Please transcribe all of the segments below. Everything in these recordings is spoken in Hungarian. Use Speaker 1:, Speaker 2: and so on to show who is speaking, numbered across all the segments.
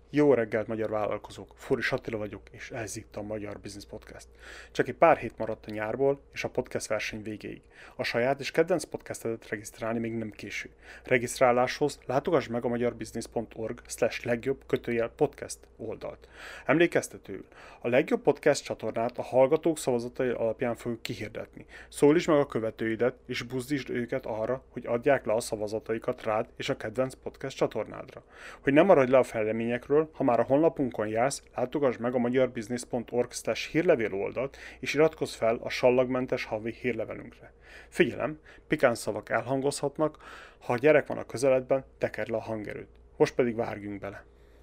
Speaker 1: Jó reggelt, magyar vállalkozók! Fóris Attila vagyok, és ez itt a Magyar Business Podcast. Csak egy pár hét maradt a nyárból, és a podcast verseny végéig. A saját és kedvenc podcastedet regisztrálni még nem késő. Regisztráláshoz látogass meg a magyarbusiness.org/legjobb-podcast oldalt. Emlékeztetőül, a legjobb podcast csatornát a hallgatók szavazatai alapján fogjuk kihirdetni. Szólítsd meg a követőidet, és buzdítsd őket arra, hogy adják le a szavazataikat rád és a kedvenc podcast csatornádra. Hogy ne maradj le a fejleményekről, ha már a honlapunkon jársz, látogass meg a magyarbusiness.org/hírlevél oldalt, és iratkozz fel a sallagmentes havi hírlevelünkre. Figyelem, pikáns szavak elhangozhatnak, ha a gyerek van a közeledben, tekerd le a hangerőt. Most pedig vágjunk bele.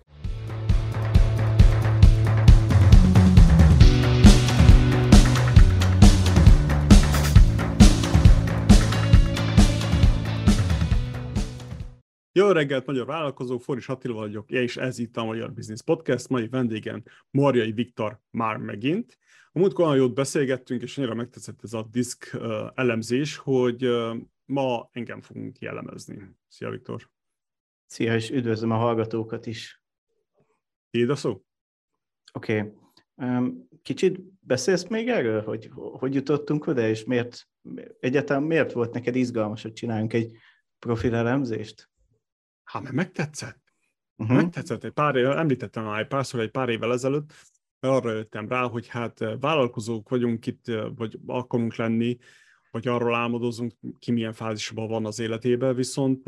Speaker 1: Jó reggelt, magyar vállalkozók, Fóris Attila vagyok, és ez itt a Magyar Business Podcast. Mai vendégem Marjai Viktor már megint. A múltkor olyan jót beszélgettünk, és annyira megtetszett ez a diszk elemzés, hogy ma engem fogunk jellemezni. Szia, Viktor!
Speaker 2: Szia, és üdvözlöm a hallgatókat is.
Speaker 1: Tiéd a szó?
Speaker 2: Oké. Kicsit beszélsz még erről, hogy jutottunk oda, és egyáltalán miért volt neked izgalmas, hogy csináljunk egy profilelemzést?
Speaker 1: Mert megtetszett. Megtetszett. Említettem már egy pár évvel ezelőtt, arra jöttem rá, hogy hát vállalkozók vagyunk itt, vagy akarunk lenni, vagy arról álmodozunk, ki milyen fázisban van az életében,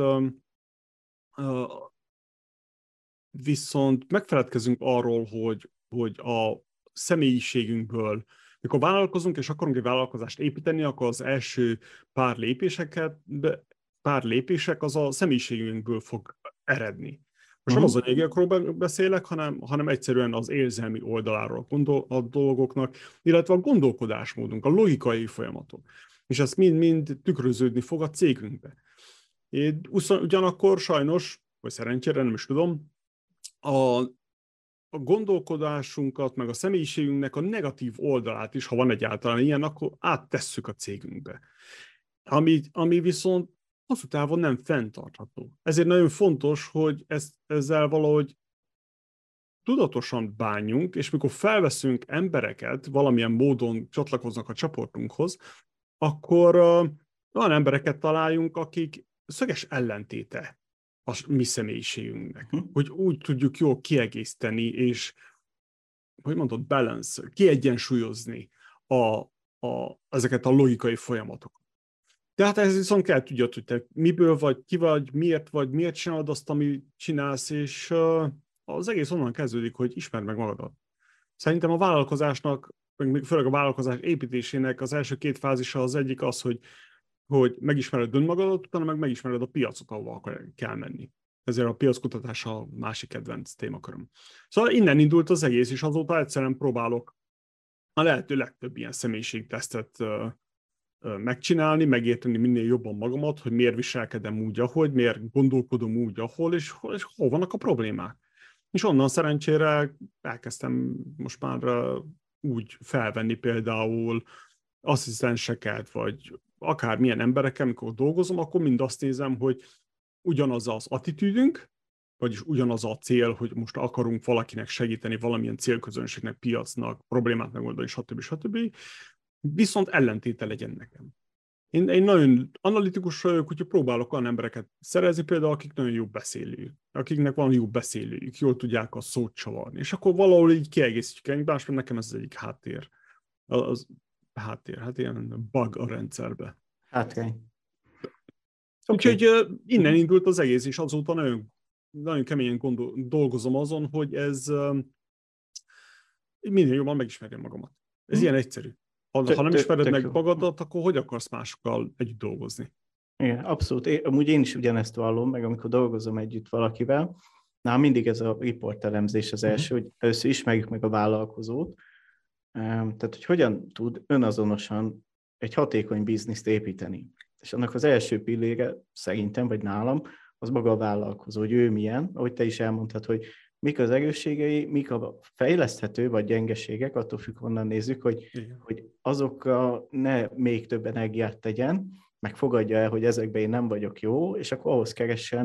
Speaker 1: viszont megfeledkezünk arról, hogy a személyiségünkből, mikor vállalkozunk és akarunk egy vállalkozást építeni, akkor az első pár lépések az a személyiségünkből fog eredni. Most nem az anyagokról beszélek, hanem egyszerűen az érzelmi oldaláról a dolgoknak, illetve a gondolkodásmódunk, a logikai folyamatok. És ez mind tükröződni fog a cégünkbe. Ugyanakkor sajnos, vagy szerencsére, nem is tudom, a gondolkodásunkat, meg a személyiségünknek a negatív oldalát is, ha van egyáltalán ilyen, akkor áttesszük a cégünkbe. Ami viszont hosszú távon nem fenntartható. Ezért nagyon fontos, hogy ezzel valahogy tudatosan bánjunk, és mikor felveszünk embereket, valamilyen módon csatlakoznak a csoportunkhoz, akkor olyan embereket találjunk, akik szöges ellentéte a mi személyiségünknek. Hogy úgy tudjuk jól kiegészíteni, és, hogy mondod, balance, kiegyensúlyozni ezeket a logikai folyamatokat. Tehát ez viszont kell tudjad, hogy te miből vagy, ki vagy, miért csinálod azt, amit csinálsz, és az egész onnan kezdődik, hogy ismerd meg magadat. Szerintem a vállalkozásnak, főleg a vállalkozás építésének az első két fázisa az egyik az, hogy megismered önmagadat, utána meg megismered a piacot, ahova kell menni. Ezért a piackutatás a másik kedvenc témaköröm. Szóval innen indult az egész, és azóta egyszerűen próbálok a lehető legtöbb ilyen személyiségtesztet megcsinálni, megérteni minél jobban magamat, hogy miért viselkedem úgy, ahogy, miért gondolkodom úgy, ahol, és hol vannak a problémák. És onnan szerencsére elkezdtem most már úgy felvenni például asszisztenseket, vagy akármilyen emberekkel, amikor dolgozom, akkor mind azt nézem, hogy ugyanaz az attitűdünk, vagyis ugyanaz a cél, hogy most akarunk valakinek segíteni, valamilyen célközönségnek, piacnak, problémát megoldani, stb. Viszont ellentéte legyen nekem. Én nagyon analitikus vagyok, úgyhogy próbálok olyan embereket szerezni, például akik nagyon jó beszélők, akiknek van jó beszélőjük, jól tudják a szót csavarni, és akkor valahol így kiegészítjük egymást, mert nekem ez az egyik háttér. Hát ilyen bug a rendszerbe.
Speaker 2: Hátrány.
Speaker 1: Úgyhogy innen indult az egész, és azóta nagyon keményen dolgozom azon, hogy ez minél jobban megismerjem magamat. Ez ilyen egyszerű. Ha nem ismered meg magadat, akkor hogy akarsz másokkal együtt dolgozni?
Speaker 2: Igen, abszolút. Amúgy én is ugyanezt vallom, meg amikor dolgozom együtt valakivel, mindig ez a riportelemzés az első, hogy először ismerjük meg a vállalkozót, tehát hogy hogyan tud önazonosan egy hatékony bizniszt építeni. És annak az első pillére szerintem, vagy nálam, az maga a vállalkozó, hogy ő milyen, ahogy te is elmondtad, hogy mik az erősségei, mik a fejleszthető vagy gyengeségek, attól függ, honnan nézzük, hogy azokra ne még több energiát tegyen, meg fogadja el, hogy ezekben én nem vagyok jó, és akkor ahhoz keressen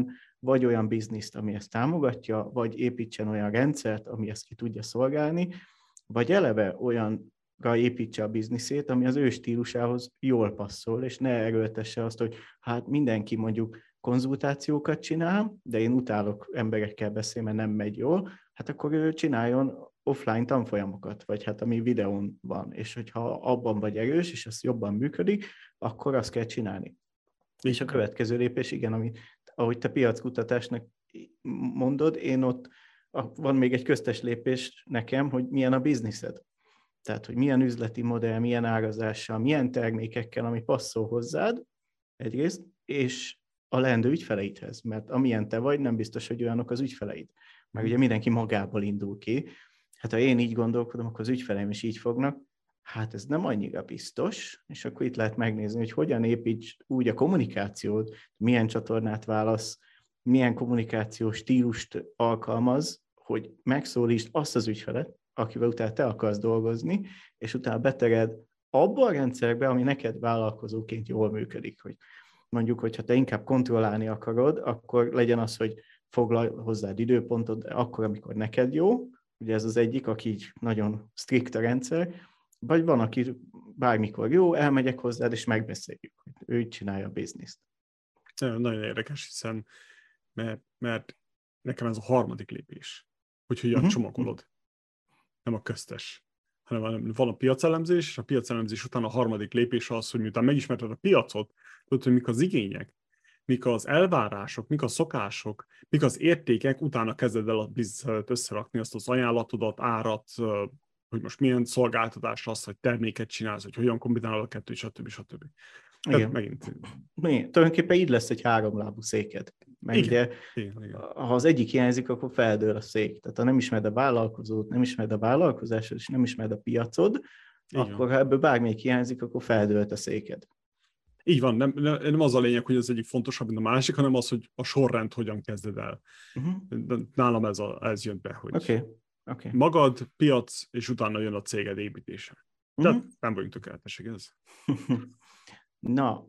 Speaker 2: vagy olyan bizniszt, ami ezt támogatja, vagy építsen olyan rendszert, ami ezt ki tudja szolgálni, vagy eleve olyanra építse a bizniszét, ami az ő stílusához jól passzol, és ne erőltesse azt, hogy hát mindenki mondjuk konzultációkat csinál, de én utálok emberekkel beszélni, mert nem megy jól, hát akkor ő csináljon offline tanfolyamokat, vagy hát ami videón van, és hogyha abban vagy erős, és ez jobban működik, akkor azt kell csinálni. És a következő lépés, igen, ahogy te piackutatásnak mondod, én ott van még egy köztes lépés nekem, hogy milyen a bizniszed. Tehát, hogy milyen üzleti modell, milyen árazással, milyen termékekkel, ami passzol hozzád egyrészt, és a leendő ügyfeleidhez, mert amilyen te vagy, nem biztos, hogy olyanok az ügyfeleid. Mert ugye mindenki magából indul ki. Hát ha én így gondolkodom, akkor az ügyfeleim is így fognak. Hát ez nem annyira biztos, és akkor itt lehet megnézni, hogy hogyan építs úgy a kommunikációt, milyen csatornát válasz, milyen kommunikációs stílust alkalmaz, hogy megszólítsd azt az ügyfelet, akivel utána te akarsz dolgozni, és utána betered abba a rendszerbe, ami neked vállalkozóként jól működik. Hogy mondjuk, hogyha te inkább kontrollálni akarod, akkor legyen az, hogy foglalj hozzád időpontot, akkor, amikor neked jó, ugye ez az egyik, aki így nagyon strikt a rendszer, vagy van, aki bármikor jó, elmegyek hozzád, és megbeszéljük, hogy ő így csinálja a bizniszt.
Speaker 1: Nagyon érdekes, hiszen mert nekem ez a harmadik lépés, hogy hogyan csomagolod. Nem a köztes, hanem van a piacelemzés, és a piacelemzés után a harmadik lépés az, hogy miután megismerted a piacot, tudod, hogy mik az igények, mik az elvárások, mik a szokások, mik az értékek, utána kezded el a bizniszt összerakni azt az ajánlatodat, árat, hogy most milyen szolgáltatás az, hogy terméket csinálsz, hogy hogyan kombinálod a kettőt, stb.
Speaker 2: Igen.
Speaker 1: Megint.
Speaker 2: Tulajdonképpen így lesz egy háromlábú széked. Mert
Speaker 1: igen.
Speaker 2: Ugye, ha az egyik hiányzik, akkor feldől a szék. Tehát ha nem ismered a vállalkozót, nem ismered a vállalkozásod, és nem ismered a piacod, akkor ha ebből bármelyik hiányzik, akkor feldőlt a széked.
Speaker 1: Így van, nem az a lényeg, hogy az egyik fontosabb, mint a másik, hanem az, hogy a sorrend hogyan kezded el. Nálam ez jön be, hogy magad, piac, és utána jön a céged építése. Tehát nem vagyunk tökéletesek ez.
Speaker 2: Na,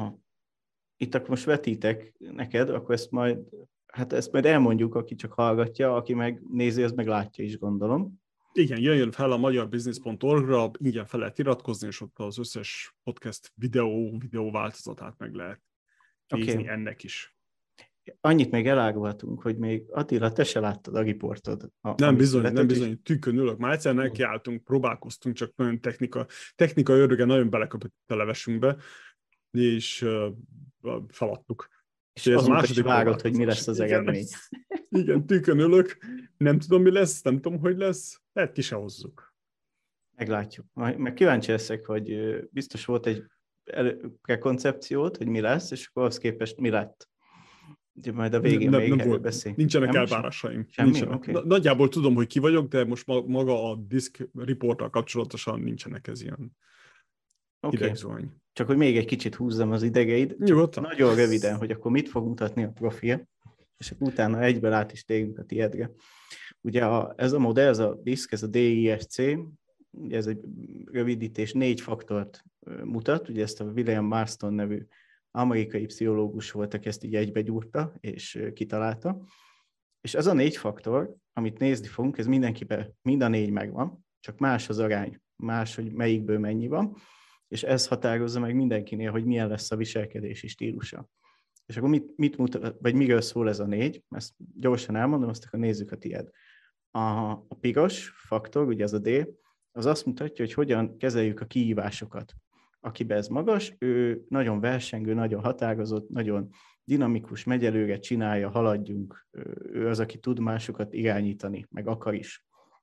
Speaker 2: itt akkor most vetítek neked, akkor ezt majd elmondjuk, aki csak hallgatja, aki meg nézi, az meg látja is, gondolom.
Speaker 1: Igen, jöjjön fel a magyarbusiness.org-ra, ingyen fel lehet iratkozni, és ott az összes podcast videó változatát meg lehet nézni ennek is.
Speaker 2: Annyit még elárulhatunk, hogy még Attila, te se láttad a riportod.
Speaker 1: Nem bizony, tükkön ülök. Már egyszer nekiálltunk, próbálkoztunk, csak nagyon technika öröge nagyon belekapott a levesünkbe, és feladtuk.
Speaker 2: És azóta is várod, hogy mi lesz az eredmény.
Speaker 1: Igen, tükkön ülök, nem tudom, mi lesz, nem tudom, hogy lesz, lehet ki se hozzuk.
Speaker 2: Meglátjuk. Meg kíváncsi leszek, hogy biztos volt egy prekoncepciót, hogy mi lesz, és akkor ahhoz képest mi lett. Úgyhogy majd a végén még erről beszélj.
Speaker 1: Nincsenek elvárásaim.
Speaker 2: Okay.
Speaker 1: Nagyjából tudom, hogy ki vagyok, de most maga a disk reporttal kapcsolatosan nincsenek ez ilyen idegzuhany.
Speaker 2: Csak hogy még egy kicsit húzzam az idegeid. Nagyon röviden, hogy akkor mit fog mutatni a profil, és utána egyből át is térünk a tiédre. Ugye ez a modell, ez a disk, ez a DISC, ugye ez egy rövidítés, 4 faktort mutat, ugye ezt a William Marston nevű amerikai pszichológus volt, aki ezt így egybegyúrta és kitalálta. És ez a 4 faktor, amit nézni fogunk, ez mindenkiben, mind a 4 megvan, csak más az arány, más, hogy melyikből mennyi van, és ez határozza meg mindenkinél, hogy milyen lesz a viselkedési stílusa. És akkor mit mutat, vagy miről szól ez a 4? Ezt gyorsan elmondom, azt akkor nézzük a tiéd. A piros faktor, ugye ez a D, az azt mutatja, hogy hogyan kezeljük a kihívásokat. Akiben ez magas, ő nagyon versengő, nagyon határozott, nagyon dinamikus, megy előre, csinálja, haladjunk. Ő az, aki tud másokat irányítani, meg akar is.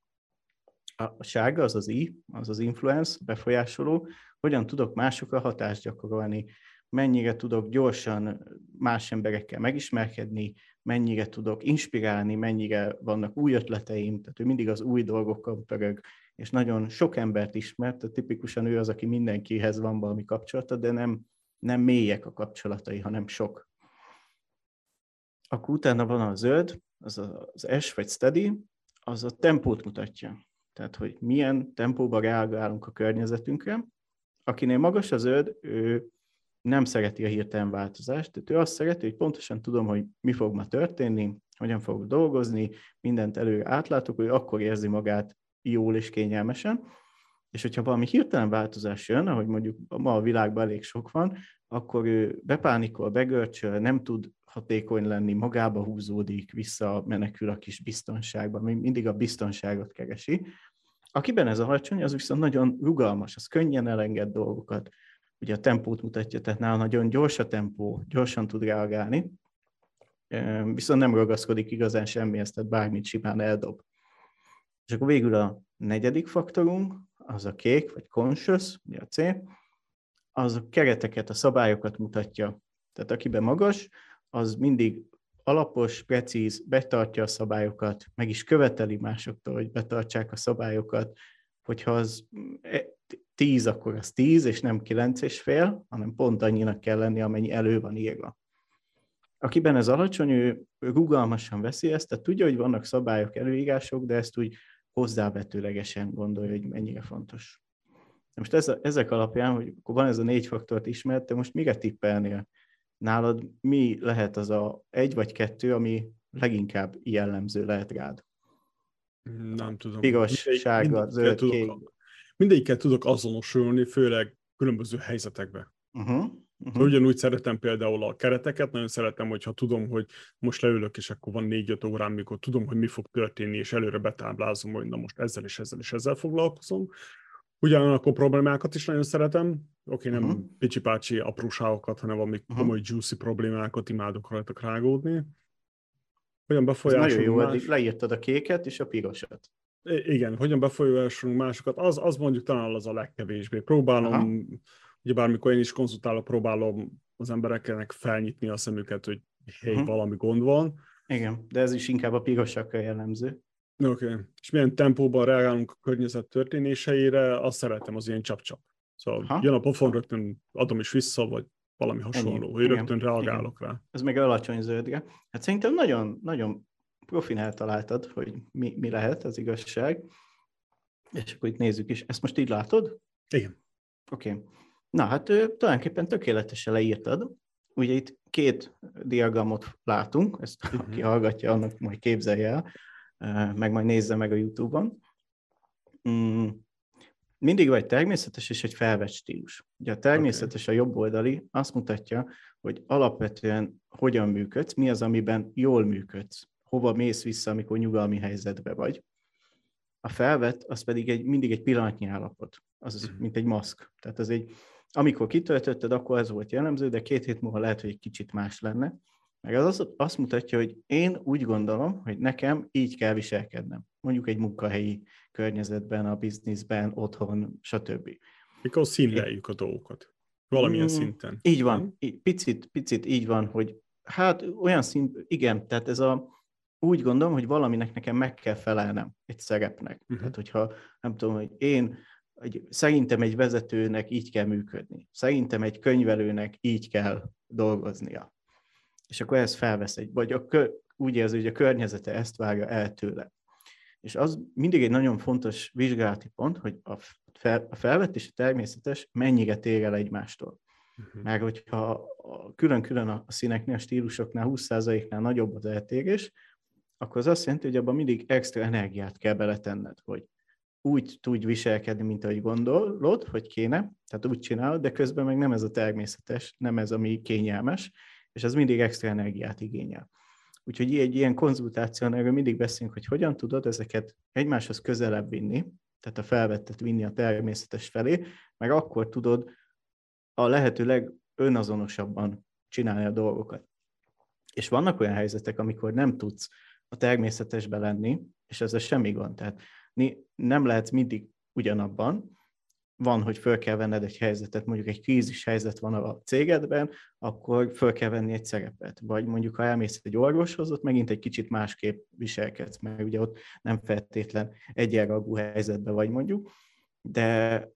Speaker 2: A sárga, az az I, az az influence, befolyásoló, hogyan tudok másokra hatást gyakorolni, mennyire tudok gyorsan más emberekkel megismerkedni, mennyire tudok inspirálni, mennyire vannak új ötleteim, tehát ő mindig az új dolgokkal pörög, és nagyon sok embert ismert, tehát tipikusan ő az, aki mindenkihez van valami kapcsolata, de nem mélyek a kapcsolatai, hanem sok. Akkor utána van a zöld, az S vagy steady, az a tempót mutatja. Tehát, hogy milyen tempóban reagálunk a környezetünkre. Akinél magas a zöld, ő nem szereti a hirtelen változást, tehát ő azt szereti, hogy pontosan tudom, hogy mi fog ma történni, hogyan fogok dolgozni, mindent előre átlátok, hogy akkor érzi magát jól és kényelmesen, és hogyha valami hirtelen változás jön, ahogy mondjuk ma a világban elég sok van, akkor ő bepánikol, begörcsöl, nem tud hatékony lenni, magába húzódik, visszamenekül a kis biztonságba, mindig a biztonságot keresi. Akiben ez alacsony, az viszont nagyon rugalmas, az könnyen elenged dolgokat. Ugye a tempót mutatja, tehát nála nagyon gyors a tempó, gyorsan tud reagálni, viszont nem ragaszkodik igazán semmihez, tehát bármit simán eldob. És akkor végül a negyedik faktorunk, az a kék, vagy conscious, ugye a C, az a kereteket, a szabályokat mutatja. Tehát akiben magas, az mindig alapos, precíz, betartja a szabályokat, meg is követeli másoktól, hogy betartsák a szabályokat. Hogyha az 10, akkor az 10, és nem 9,5, hanem pont annyinak kell lenni, amennyi elő van írva. Akiben ez alacsony, ő rugalmasan veszi ezt, tehát tudja, hogy vannak szabályok, előírások, de ezt úgy hozzávetőlegesen gondolja, hogy mennyire fontos. Most ezek alapján, hogy akkor van ez a 4 faktort ismert, te most mire tippelnél? Nálad mi lehet az a 1 vagy 2, ami leginkább jellemző lehet rád?
Speaker 1: Nem tudom.
Speaker 2: Piros, sárga, zöld, kék.
Speaker 1: Mindegyikkel tudok azonosulni, főleg különböző helyzetekben. Ugyanúgy szeretem például a kereteket, nagyon szeretem, hogyha tudom, hogy most leülök, és akkor van 4-5 órám, mikor tudom, hogy mi fog történni, és előre betáblázom, hogy na most ezzel és ezzel és ezzel foglalkozom. Ugyanakkor problémákat is nagyon szeretem. Nem picsipácsi apróságokat, hanem valami komoly juicy problémákat imádok rajtak rágódni. Hogyan befolyásolunk
Speaker 2: nagyon jó, leírtad a kéket és a pirosat.
Speaker 1: Igen, hogyan befolyásolunk másokat, az mondjuk talán az a legkevésbé. Próbálom, ugye bármikor én is konzultálok, próbálom az embereknek felnyitni a szemüket, hogy valami gond van.
Speaker 2: Igen, de ez is inkább a pirosakra jellemző.
Speaker 1: Oké. És milyen tempóban reagálunk a környezet történéseire, azt szeretem, az ilyen csap-csap. Szóval jön a pofon, rögtön adom is vissza, vagy valami hasonló, hogy rögtön reagálok rá.
Speaker 2: Ez meg alacsony zöldre. Hát szerintem nagyon, nagyon profin eltaláltad, hogy mi lehet az igazság. És akkor itt nézzük is. Ezt most így látod?
Speaker 1: Igen.
Speaker 2: Oké. Na hát tulajdonképpen tökéletesen leírtad. Ugye itt 2 diagramot látunk, ezt aki hallgatja, annak majd képzelje el, meg majd nézze meg a YouTube-on. Mindig vagy természetes és egy felvett stílus. Ugye a természetes, a jobb oldali azt mutatja, hogy alapvetően hogyan működsz, mi az, amiben jól működsz, hova mész vissza, amikor nyugalmi helyzetben vagy. A felvett, az pedig mindig egy pillanatnyi állapot, az mint egy maszk. Tehát amikor kitöltötted, akkor ez volt jellemző, de 2 hét múlva lehet, hogy egy kicsit más lenne. Meg az azt mutatja, hogy én úgy gondolom, hogy nekem így kell viselkednem. Mondjuk egy munkahelyi környezetben, a bizniszben, otthon, stb.
Speaker 1: Mikor színleljük a dolgokat. Valamilyen szinten.
Speaker 2: Így van. Picit így van, hogy hát olyan szint, igen, tehát úgy gondolom, hogy valaminek nekem meg kell felelnem egy szerepnek. Tehát hogyha nem tudom, hogy szerintem egy vezetőnek így kell működni. Szerintem egy könyvelőnek így kell dolgoznia. És akkor ez felvesz vagy úgy érzi, hogy a környezete ezt várja el tőle. És az mindig egy nagyon fontos vizsgálati pont, hogy a felvett és a természetes mennyire tér el egymástól. Mert hogyha külön-külön a színeknél, a stílusoknál 20%-nál nagyobb az eltérés, akkor az azt jelenti, hogy abban mindig extra energiát kell beletenned, hogy úgy tudj viselkedni, mint ahogy gondolod, hogy kéne, tehát úgy csinálod, de közben meg nem ez a természetes, nem ez, ami kényelmes, és az mindig extra energiát igényel. Úgyhogy egy ilyen konzultáción erről mindig beszélünk, hogy hogyan tudod ezeket egymáshoz közelebb vinni, tehát a felvettet vinni a természetes felé, meg akkor tudod a lehető legönazonosabban csinálni a dolgokat. És vannak olyan helyzetek, amikor nem tudsz a természetesbe lenni, és ezzel semmi gond. Tehát nem lehetsz mindig ugyanabban. Van, hogy föl kell venned egy helyzetet, mondjuk egy krízis helyzet van a cégedben, akkor föl kell venni egy szerepet. Vagy mondjuk, ha elmész egy orvoshoz, ott megint egy kicsit másképp viselkedsz, mert ugye ott nem feltétlen egyenrangú helyzetben vagy mondjuk, de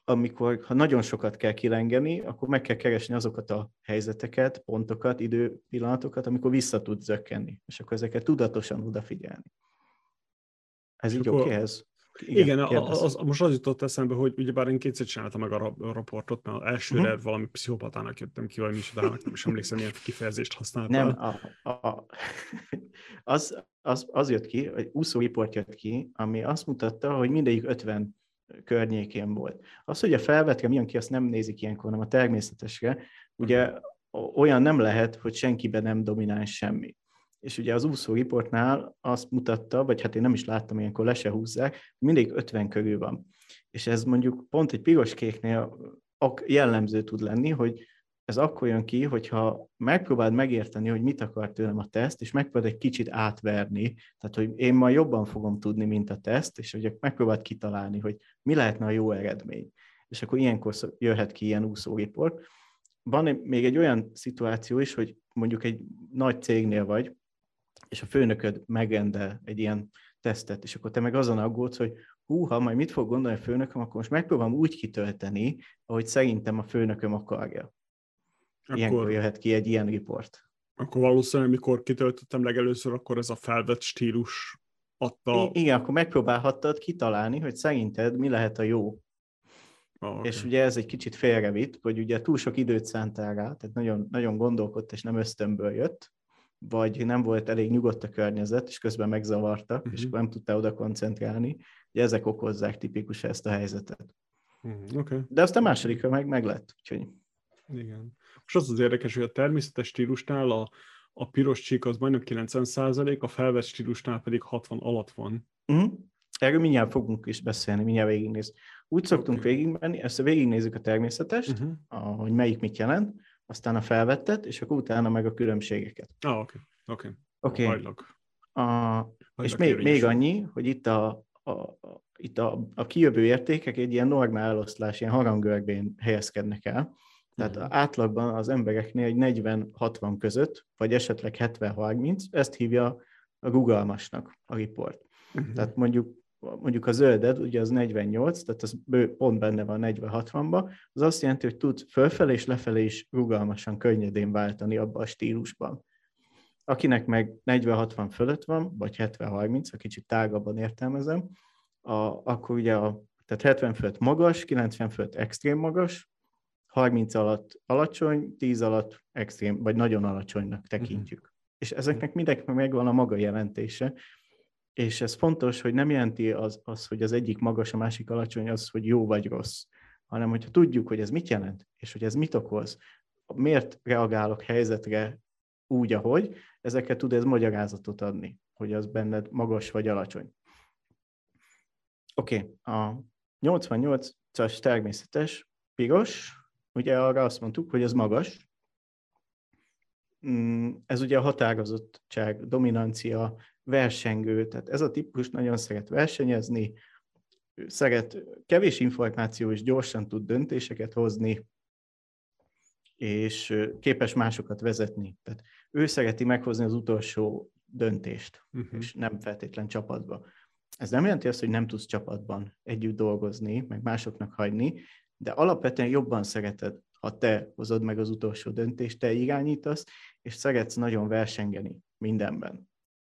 Speaker 2: ha nagyon sokat kell kilengeni, akkor meg kell keresni azokat a helyzeteket, pontokat, időpillanatokat, amikor vissza tudsz zökkenni, és akkor ezeket tudatosan odafigyelni. Ez így oké ez?
Speaker 1: Igen, most az jutott eszembe, hogy ugyebár én kétszer csináltam meg a raportot, mert elsőre valami pszichopatának jöttem ki, vagy micsodának, nem is emlékszem, milyen kifejezést használtál.
Speaker 2: Nem, az jött ki, egy úszóriport jött ki, ami azt mutatta, hogy mindegyik 50 környékén volt. Az, hogy a felvetre milyen ki, azt nem nézik ilyenkor, hanem a természetesre. Ugye olyan nem lehet, hogy senkiben nem domináns semmi. És ugye az úszóriportnál azt mutatta, vagy hát én nem is láttam, ilyenkor le se húzzák, mindig 50 körül van. És ez mondjuk pont egy piros-kéknél jellemző tud lenni, hogy ez akkor jön ki, hogyha megpróbáld megérteni, hogy mit akar tőlem a teszt, és megpróbáld egy kicsit átverni, tehát hogy én ma jobban fogom tudni, mint a teszt, és hogy megpróbáld kitalálni, hogy mi lehetne a jó eredmény. És akkor ilyenkor jöhet ki ilyen úszóriport. Van még egy olyan szituáció is, hogy mondjuk egy nagy cégnél vagy, és a főnököd megrendel egy ilyen tesztet, és akkor te meg azon aggódsz, hogy húha, majd mit fog gondolni a főnököm, akkor most megpróbálom úgy kitölteni, ahogy szerintem a főnököm akarja. Ilyenkor jöhet ki egy ilyen riport.
Speaker 1: Akkor valószínűleg, mikor kitöltöttem legelőször, akkor ez a felvett stílus adta...
Speaker 2: Igen, akkor megpróbálhattad kitalálni, hogy szerinted mi lehet a jó.
Speaker 1: Okay.
Speaker 2: És ugye ez egy kicsit félrevitt, hogy ugye túl sok időt szántál rá, tehát nagyon, nagyon gondolkodt, és nem ösztönből jött, vagy nem volt elég nyugodt a környezet, és közben megzavarta, és akkor nem tudtál oda koncentrálni. Ugye ezek okozzák tipikus ezt a helyzetet.
Speaker 1: Okay.
Speaker 2: De azt a másodikra meg lett. Úgyhogy...
Speaker 1: Igen. Most az érdekes, hogy a természetes stílusnál a piros csík az majdnem 90%, a felvett stílusnál pedig 60 alatt van.
Speaker 2: Erről mindjárt fogunk is beszélni, mindjárt végignézni. Úgy szoktunk végigmenni, ezt végignézzük a természetest, hogy melyik mit jelent, aztán a felvettet, és akkor utána meg a különbségeket.
Speaker 1: Oké.
Speaker 2: És még annyi, hogy itt a kijövő értékek egy ilyen normál eloszlás, ilyen harangörbén helyezkednek el. Tehát átlagban az embereknél egy 40-60 között, vagy esetleg 70-30, ezt hívja a rugalmasnak a riport. Tehát mondjuk a zölded, ugye az 48, tehát az pont benne van 40-60-ban, az azt jelenti, hogy tud fölfelé és lefelé is rugalmasan, könnyedén váltani abba a stílusban. Akinek meg 40-60 fölött van, vagy 70-30, ha kicsit tágabban értelmezem, akkor ugye tehát 70 fölött magas, 90 fölött extrém magas, 30 alatt alacsony, 10 alatt extrém, vagy nagyon alacsonynak tekintjük. És ezeknek mindenkinek megvan a maga jelentése, és ez fontos, hogy nem jelenti az, hogy az egyik magas, a másik alacsony, az, hogy jó vagy rossz, hanem hogyha tudjuk, hogy ez mit jelent, és hogy ez mit okoz, miért reagálok helyzetre úgy, ahogy, ezeket tud ez magyarázatot adni, hogy az benned magas vagy alacsony. Oké, a 88-as természetes piros, ugye arra azt mondtuk, hogy ez magas. Ez ugye a határozottság, dominancia, versengő, tehát ez a típus nagyon szeret versenyezni, szeret kevés információ és gyorsan tud döntéseket hozni, és képes másokat vezetni. Tehát ő szereti meghozni az utolsó döntést, és nem feltétlen csapatba. Ez nem jelenti azt, hogy nem tudsz csapatban együtt dolgozni, meg másoknak hagyni, de alapvetően jobban szereted, ha te hozod meg az utolsó döntést, te irányítasz, és szeretsz nagyon versengeni mindenben.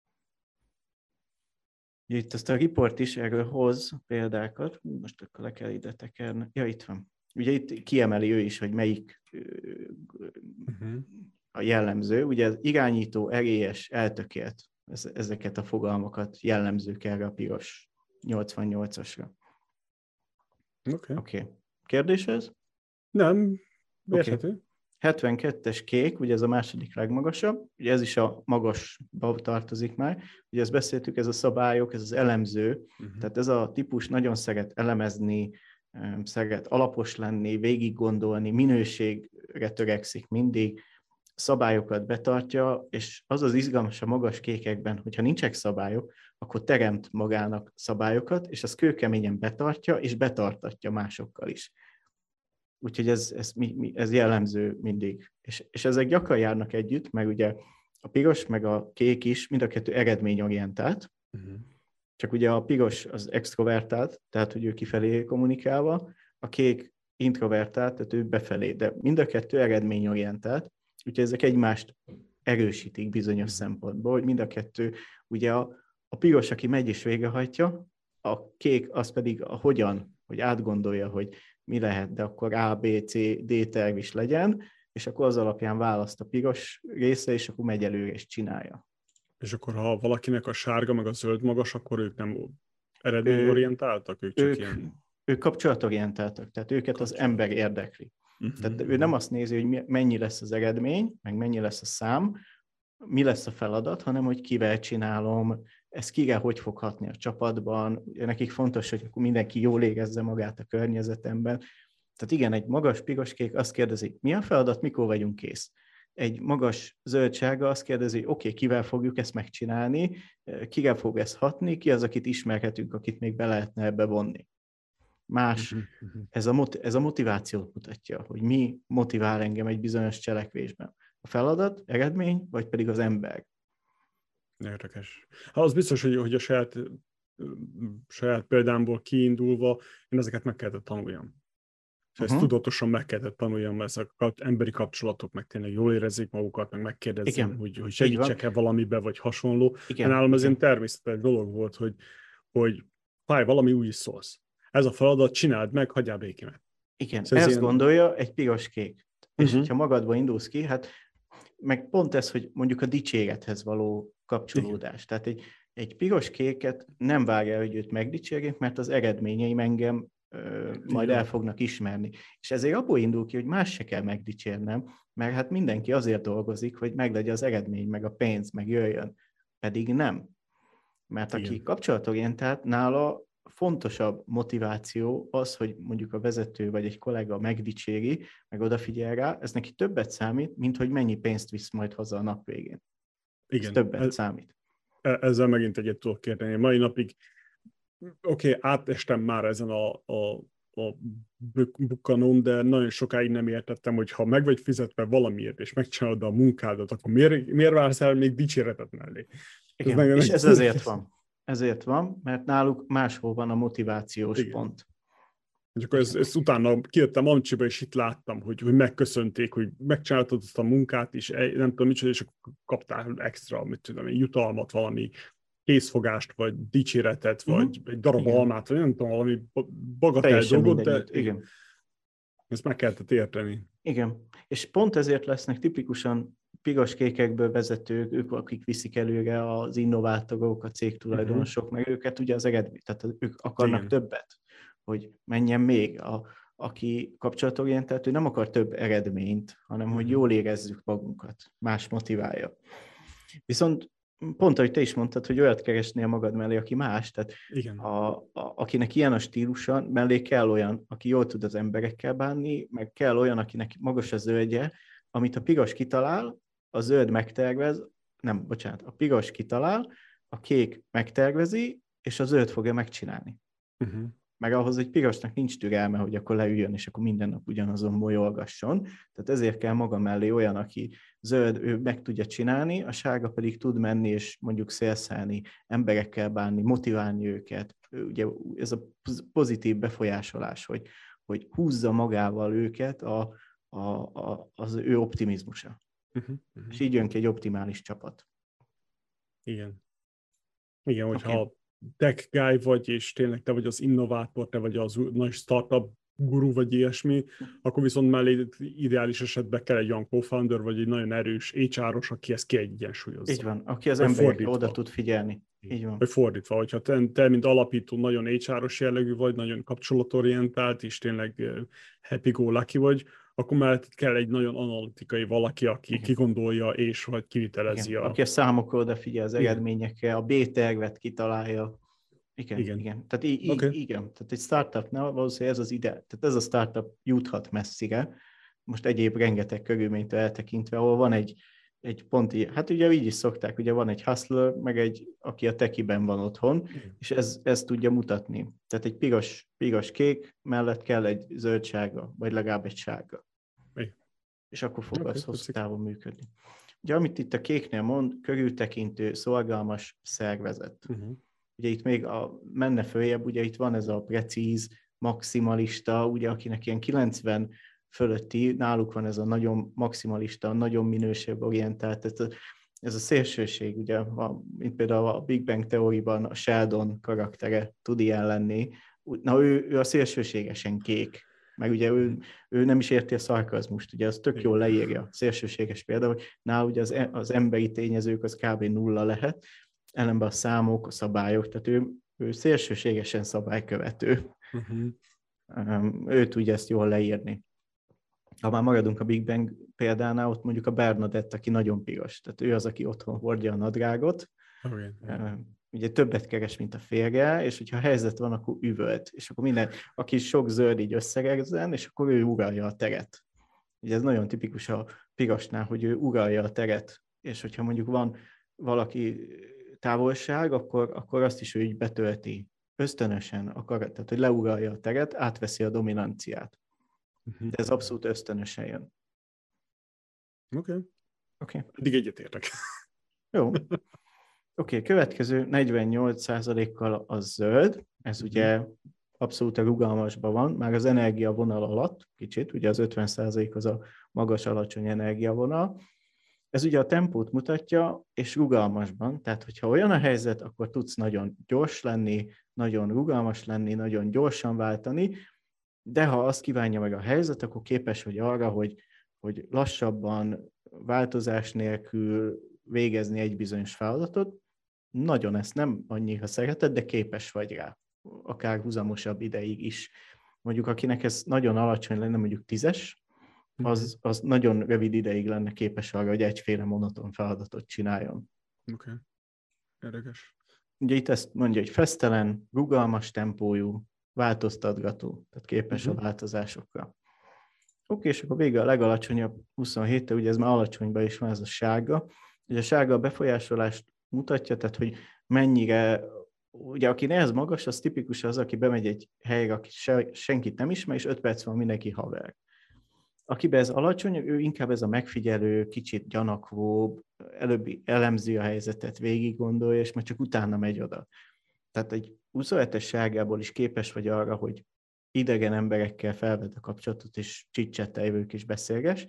Speaker 2: Itt azt a riport is erről hoz példákat, most akkor le kell ide tekerni. Ja, itt van. Ugye itt kiemeli ő is, hogy melyik a jellemző. Ugye az irányító, erélyes, eltökélt, ezeket a fogalmakat jellemzők erre a piros 88-asra. Oké. Kérdés ez?
Speaker 1: Nem, érthető.
Speaker 2: 72-es kék, ugye ez a második legmagasabb, ugye ez is a magasba tartozik már, ugye ezt beszéltük, ez a szabályok, ez az elemző, tehát ez a típus nagyon szeret elemezni, szeret alapos lenni, végig gondolni, minőségre törekszik mindig, szabályokat betartja, és az az izgalmas a magas kékekben, hogyha nincsenek szabályok, akkor teremt magának szabályokat, és az kőkeményen betartja, és betartatja másokkal is. Úgyhogy ez jellemző mindig. És ezek gyakran járnak együtt, meg ugye a piros, meg a kék is, mind a kettő eredményorientált. Csak ugye a piros az extrovertált, tehát hogy ő kifelé kommunikálva, a kék introvertált, tehát ő befelé, de mind a kettő eredményorientált, úgyhogy ezek egymást erősítik bizonyos szempontból, hogy mind a kettő, ugye a piros, aki megy és végrehajtja, a kék az pedig a hogyan, hogy átgondolja, hogy mi lehet, de akkor A, B, C, D terv is legyen, és akkor az alapján választ a piros része, és akkor megy előre és csinálja.
Speaker 1: És akkor ha valakinek a sárga meg a zöld magas, akkor ők nem eredményorientáltak, ők csak ilyen...
Speaker 2: Ők kapcsolatorientáltak, tehát őket az ember érdekli. Tehát ő nem azt nézi, hogy mennyi lesz az eredmény, meg mennyi lesz a szám, mi lesz a feladat, hanem hogy kivel csinálom, ez kire hogy fog hatni a csapatban. Nekik fontos, hogy akkor mindenki jól érezze magát a környezetemben. Tehát igen, egy magas piros-kék azt kérdezi, mi a feladat, mikor vagyunk kész. Egy magas zöld-sárga azt kérdezi, oké, kivel fogjuk ezt megcsinálni, kire fog ez hatni, ki az, akit ismerhetünk, akit még be lehetne ebbe vonni. Más, ez a motivációt mutatja, hogy mi motivál engem egy bizonyos cselekvésben. A feladat, eredmény, vagy pedig az ember.
Speaker 1: Érdekes. Az biztos, hogy a saját példámból kiindulva én ezeket meg kellett tanuljam. És ezt tudatosan meg kellett tanuljam, ezek az emberi kapcsolatok meg tényleg jól érezzék magukat, meg megkérdezzem, hogy segítsek-e valamibe, vagy hasonló. Nálam ez ilyen természetes dolog volt, hogy fáj, valami úgy is szólsz. Ez a feladat, csináld meg, hagyjál békémet.
Speaker 2: Igen, ezt gondolja egy piros-kék. És hogyha magadba indulsz ki, hát meg pont ez, hogy mondjuk a dicsérethez való kapcsolódás. Tehát egy piros-kéket nem várja, hogy őt megdicsérjék, mert az eredményeim engem majd el fognak ismerni. És ezért abból indul ki, hogy más se kell megdicsérnem, mert hát mindenki azért dolgozik, hogy meglegyen az eredmény, meg a pénz, meg jöjjön. Pedig nem. Mert aki kapcsolatorientált, nála fontosabb motiváció az, hogy mondjuk a vezető vagy egy kollega megdicséri, meg odafigyel rá, ez neki többet számít, mint hogy mennyi pénzt visz majd haza a nap végén. Igen. Ez többet számít.
Speaker 1: Ezzel megint egyet tudok kérdeni. Mai napig átestem már ezen a bukkanon, de nagyon sokáig nem értettem, hogy ha meg vagy fizetve valamiért, és megcsinálod a munkádat, akkor miért vársz el még dicséretet mellé?
Speaker 2: Igen, és ez azért van. Ezért van, mert náluk máshol van a motivációs pont.
Speaker 1: És akkor ezt utána kijöttem Amcsiba, és itt láttam, hogy megköszönték, hogy megcsináltad azt a munkát, és nem tudom micsoda, és akkor kaptál extra, jutalmat, valami készfogást, vagy dicséretet, vagy egy darab almát, vagy nem tudom, valami bagatell dolgot, de igen. Ezt meg kellett érteni.
Speaker 2: Igen, és pont ezért lesznek tipikusan piros-kékekből vezetők, ők, akik viszik előre az innovátorok, a cégtulajdonosok, meg őket ugye az eredmény, tehát ők akarnak többet, hogy menjen még. Aki kapcsolatorientált, ő nem akar több eredményt, hanem hogy jól érezzük magunkat, más motiválja. Viszont pont, ahogy te is mondtad, hogy olyat keresnél magad mellé, aki más, tehát akinek ilyen a stílusa, mellé kell olyan, aki jól tud az emberekkel bánni, meg kell olyan, akinek magas a zöldje, amit a piros kitalál, a zöld megtervez, a piros kitalál, a kék megtervezi, és a zöld fogja megcsinálni. Meg ahhoz, hogy pirosnak nincs türelme, hogy akkor leüljön, és akkor minden nap ugyanazon molyolgasson. Tehát ezért kell maga mellé olyan, aki zöld, ő meg tudja csinálni, a sárga pedig tud menni, és mondjuk szélszelni, emberekkel bánni, motiválni őket. Ugye ez a pozitív befolyásolás, hogy húzza magával őket az ő optimizmusa. És így jön ki egy optimális csapat.
Speaker 1: Igen. Igen, hogyha tech guy vagy, és tényleg te vagy az innovátor, te vagy az nagy startup guru, vagy ilyesmi, akkor viszont mellé ideális esetben kell egy olyan co-founder, vagy egy nagyon erős HR-os, aki ezt kiegyensúlyozza.
Speaker 2: Így van, aki az emberekre oda tud figyelni. Így van.
Speaker 1: Vagy fordítva, hogyha te mint alapító nagyon HR-os jellegű vagy, nagyon kapcsolatorientált, és tényleg happy-go-lucky vagy, akkor mellett kell egy nagyon analitikai valaki, aki kigondolja és vagy kivitelezi.
Speaker 2: Aki a számokra odafigyel, az eredményekre, a B-tervet kitalálja. Igen. Tehát igen. Tehát egy startupnál valószínűleg ez az ide. Tehát ez a startup juthat messzire. Most egyéb rengeteg körülménytől eltekintve, ahol van egy pont, hát ugye így is szokták, ugye van egy hustler, meg aki a techiben van otthon, és ez tudja mutatni. Tehát egy piros-kék mellett kell egy zöld-sárga, vagy legalább egy sárga. És akkor fog az hosszú távon működni. Ugye amit itt a kéknél mond, körültekintő, szorgalmas szervezet. Ugye itt még menne följebb, ugye itt van ez a precíz, maximalista, ugye akinek ilyen 90 fölötti, náluk van ez a nagyon maximalista, nagyon minőségorientált, ez a szélsőség, ugye, mint például a Big Bang teóriában a Sheldon karaktere tud ilyen lenni, na ő a szélsőségesen kék, meg ugye ő nem is érti a szarkazmust, ugye az tök jól leírja, szélsőséges példa, hogy nála ugye az emberi tényezők az kb. Nulla lehet, ellenben a számok, a szabályok, tehát ő szélsőségesen szabálykövető. Ő tudja ezt jól leírni. Ha már maradunk a Big Bang példánál, ott mondjuk a Bernadette, aki nagyon piros, tehát ő az, aki otthon hordja a nadrágot, ugye többet keres, mint a férje, és hogyha helyzet van, akkor üvölt, és akkor minden, aki sok zöld így összeregzen, és akkor ő uralja a teret. Ugye ez nagyon tipikus a pirosnál, hogy ő uralja a teret, és hogyha mondjuk van valaki távolság, akkor azt is ő így betölti. Ösztönösen akar, tehát hogy leuralja a teret, átveszi a dominanciát. De ez abszolút ösztönösen jön.
Speaker 1: Oké. Eddig egyetértek.
Speaker 2: Jó. Oké, következő 48%-kal a zöld, ez ugye abszolút a rugalmasban van, már az energiavonal alatt kicsit, ugye az 50% az a magas-alacsony energiavonal. Ez ugye a tempót mutatja, és rugalmasban, tehát hogyha olyan a helyzet, akkor tudsz nagyon gyors lenni, nagyon rugalmas lenni, nagyon gyorsan váltani, de ha azt kívánja meg a helyzet, akkor képes vagy arra, hogy lassabban, változás nélkül végezni egy bizonyos feladatot. Nagyon ezt nem annyira szereted, de képes vagy rá, akár húzamosabb ideig is. Mondjuk akinek ez nagyon alacsony lenne, mondjuk 10-es, az nagyon rövid ideig lenne képes arra, hogy egyféle monoton feladatot csináljon.
Speaker 1: Oké. Érdekes.
Speaker 2: Ugye itt ezt mondja, hogy fesztelen, rugalmas tempójú, változtatgató, tehát képes a változásokra. Oké, és akkor vége a legalacsonyabb 27-től, ugye ez már alacsonyban is van, ez a sárga. Ugye a sárga a befolyásolást mutatja, tehát hogy mennyire, ugye aki nehez magas, az tipikus az, aki bemegy egy helyre, aki senkit nem ismer, és 5 perc van mindenki haver. Akiben ez alacsony, ő inkább ez a megfigyelő, kicsit gyanakvóbb, előbb elemzi a helyzetet, végig gondolja, és majd csak utána megy oda. Tehát egy 27-es sárgából is képes vagy arra, hogy idegen emberekkel felvedd a kapcsolatot, és csicsettelj velük is beszélges,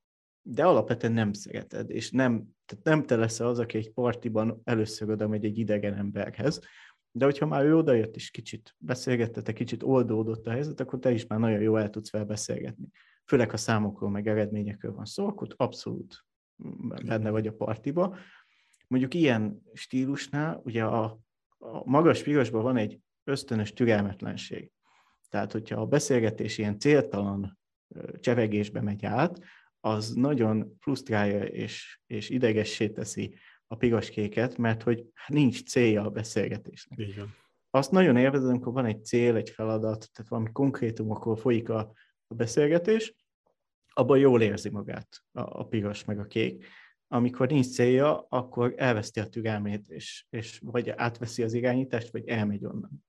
Speaker 2: de alapvetően nem szereted, és tehát nem te leszel az, aki egy partiban először oda megy egy idegen emberhez, de hogyha már ő odajött, és kicsit beszélgettetek, kicsit oldódott a helyzet, akkor te is már nagyon jól el tudsz vele beszélgetni. Főleg, ha számokról, meg eredményekről van szó, akkor abszolút benne vagy a partiba. Mondjuk ilyen stílusnál, ugye a magas pirosban van egy ösztönös türelmetlenség. Tehát, hogyha a beszélgetés ilyen céltalan csevegésbe megy át, az nagyon frusztrálja és idegessé teszi a piros-kéket, mert hogy nincs célja a beszélgetésnek.
Speaker 1: Így van.
Speaker 2: Azt nagyon élvezem, amikor van egy cél, egy feladat, tehát valami konkrétumokról folyik a beszélgetés, abban jól érzi magát a piros meg a kék. Amikor nincs célja, akkor elveszti a türelmét, és vagy átveszi az irányítást, vagy elmegy onnan.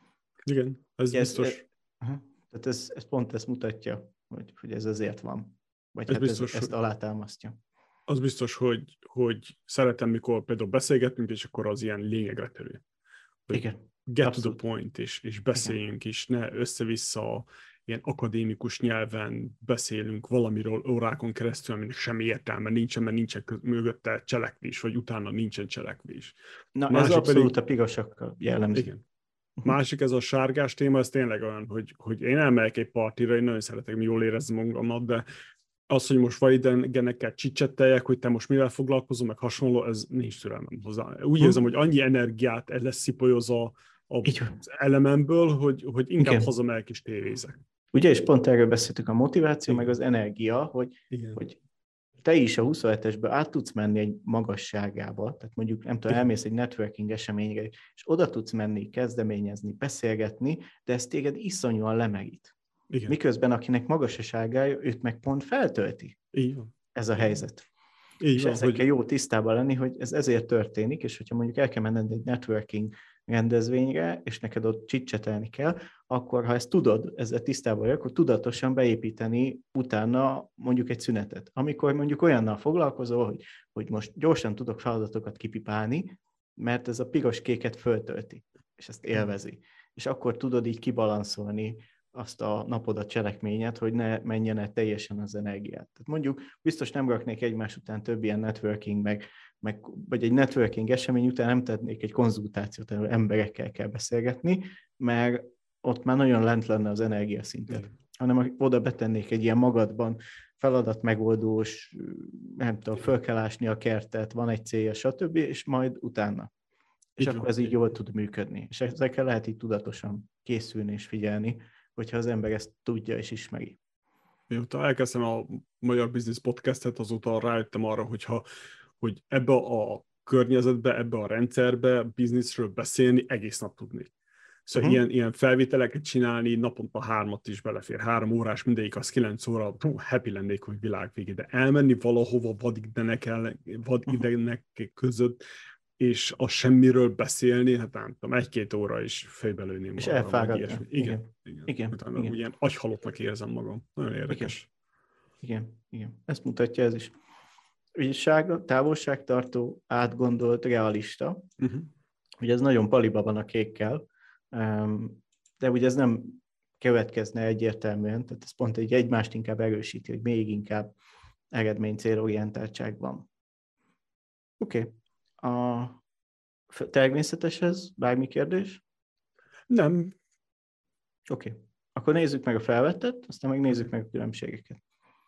Speaker 1: Igen, ez biztos.
Speaker 2: Tehát ez pont ezt mutatja, hogy ez azért van. Vagy
Speaker 1: ez
Speaker 2: hát
Speaker 1: biztos,
Speaker 2: ezt alátámasztja.
Speaker 1: Az biztos, hogy szeretem, mikor például beszélgetünk, és akkor az ilyen lényegre törő.
Speaker 2: Igen.
Speaker 1: Get
Speaker 2: Abszolút.
Speaker 1: to the point, és beszéljünk is, ne össze-vissza ilyen akadémikus nyelven beszélünk valamiről órákon keresztül, aminek semmi értelme nincsen, mert nincsen mögötte cselekvés, vagy utána nincsen cselekvés.
Speaker 2: Na, másik ez abszolút pedig, a pirosakkal jellemző.
Speaker 1: Igen. Másik ez a sárgás téma, ez tényleg olyan, hogy én elmegyek egy partira, én nagyon szeretek jól érezni magamat, de az, hogy most validengenekkel csicsetteljek, hogy te most mivel foglalkozol, meg hasonló, ez nincs türelmem hozzá. Úgy érzem, hogy annyi energiát leszipolyoz az elememből, hogy inkább hazamegyek és tévézek.
Speaker 2: Ugye, és pont erről beszéltük, a motiváció, meg az energia, hogy te is a 27-esből át tudsz menni egy magasságába, tehát mondjuk, nem tudom, elmész egy networking eseményre, és oda tudsz menni, kezdeményezni, beszélgetni, de ez téged iszonyúan lemerít. Igen. Miközben akinek magas a sárgája, őt meg pont feltölti.
Speaker 1: Igen.
Speaker 2: Ez a helyzet.
Speaker 1: Igen,
Speaker 2: és ezekkel jó tisztában lenni, hogy ez ezért történik, és hogyha mondjuk el kell menned egy networking rendezvényre, és neked ott csicsetelni kell, akkor ha ezt tudod, ezzel tisztában vagy, akkor tudatosan beépíteni utána mondjuk egy szünetet. Amikor mondjuk olyannal foglalkozol, hogy most gyorsan tudok feladatokat kipipálni, mert ez a piros-kéket föltölti, és ezt élvezi. És akkor tudod így kibalanszolni azt a napodat, cselekményet, hogy ne menjen el teljesen az energiát. Tehát mondjuk biztos nem raknék egymás után több ilyen networking, vagy egy networking esemény után nem tennék egy konzultációt, ahol emberekkel kell beszélgetni, mert ott már nagyon lent lenne az energiaszintet. Hanem oda betennék egy ilyen magadban feladatmegoldós, nem tudom, föl kell ásni a kertet, van egy célja, stb., és majd utána. És akkor ez így jól tud működni. És ezekkel lehet így tudatosan készülni és figyelni, hogyha az ember ezt tudja és ismeri.
Speaker 1: Mióta elkezdtem a Magyar Business Podcastet, azóta rájöttem arra, hogy ebbe a környezetbe, ebbe a rendszerbe bizniszről beszélni egész nap tudnék. Szóval ilyen felvételeket csinálni, naponta 3 is belefér, 3 órás, mindegyik az 9 óra, happy lennék, hogy világvégé, de elmenni valahova vadidenek között, és a semmiről beszélni, hát nem tudom, 1-2 óra is fejbe lőném.
Speaker 2: És elfáradni.
Speaker 1: Igen. Utána úgy ilyen agyhalottnak érzem magam. Nagyon érdekes.
Speaker 2: Igen. Ezt mutatja ez is. Úgyhogy távolságtartó, átgondolt, realista. Ugye ez nagyon paliba van a kékkel, de ugye ez nem következne egyértelműen, tehát ez pont egymást inkább erősíti, hogy még inkább eredmény-célorientáltság van. Oké. A természeteshez bármi kérdés?
Speaker 1: Nem.
Speaker 2: Oké. Akkor nézzük meg a felvettet, aztán meg nézzük meg a különbségeket.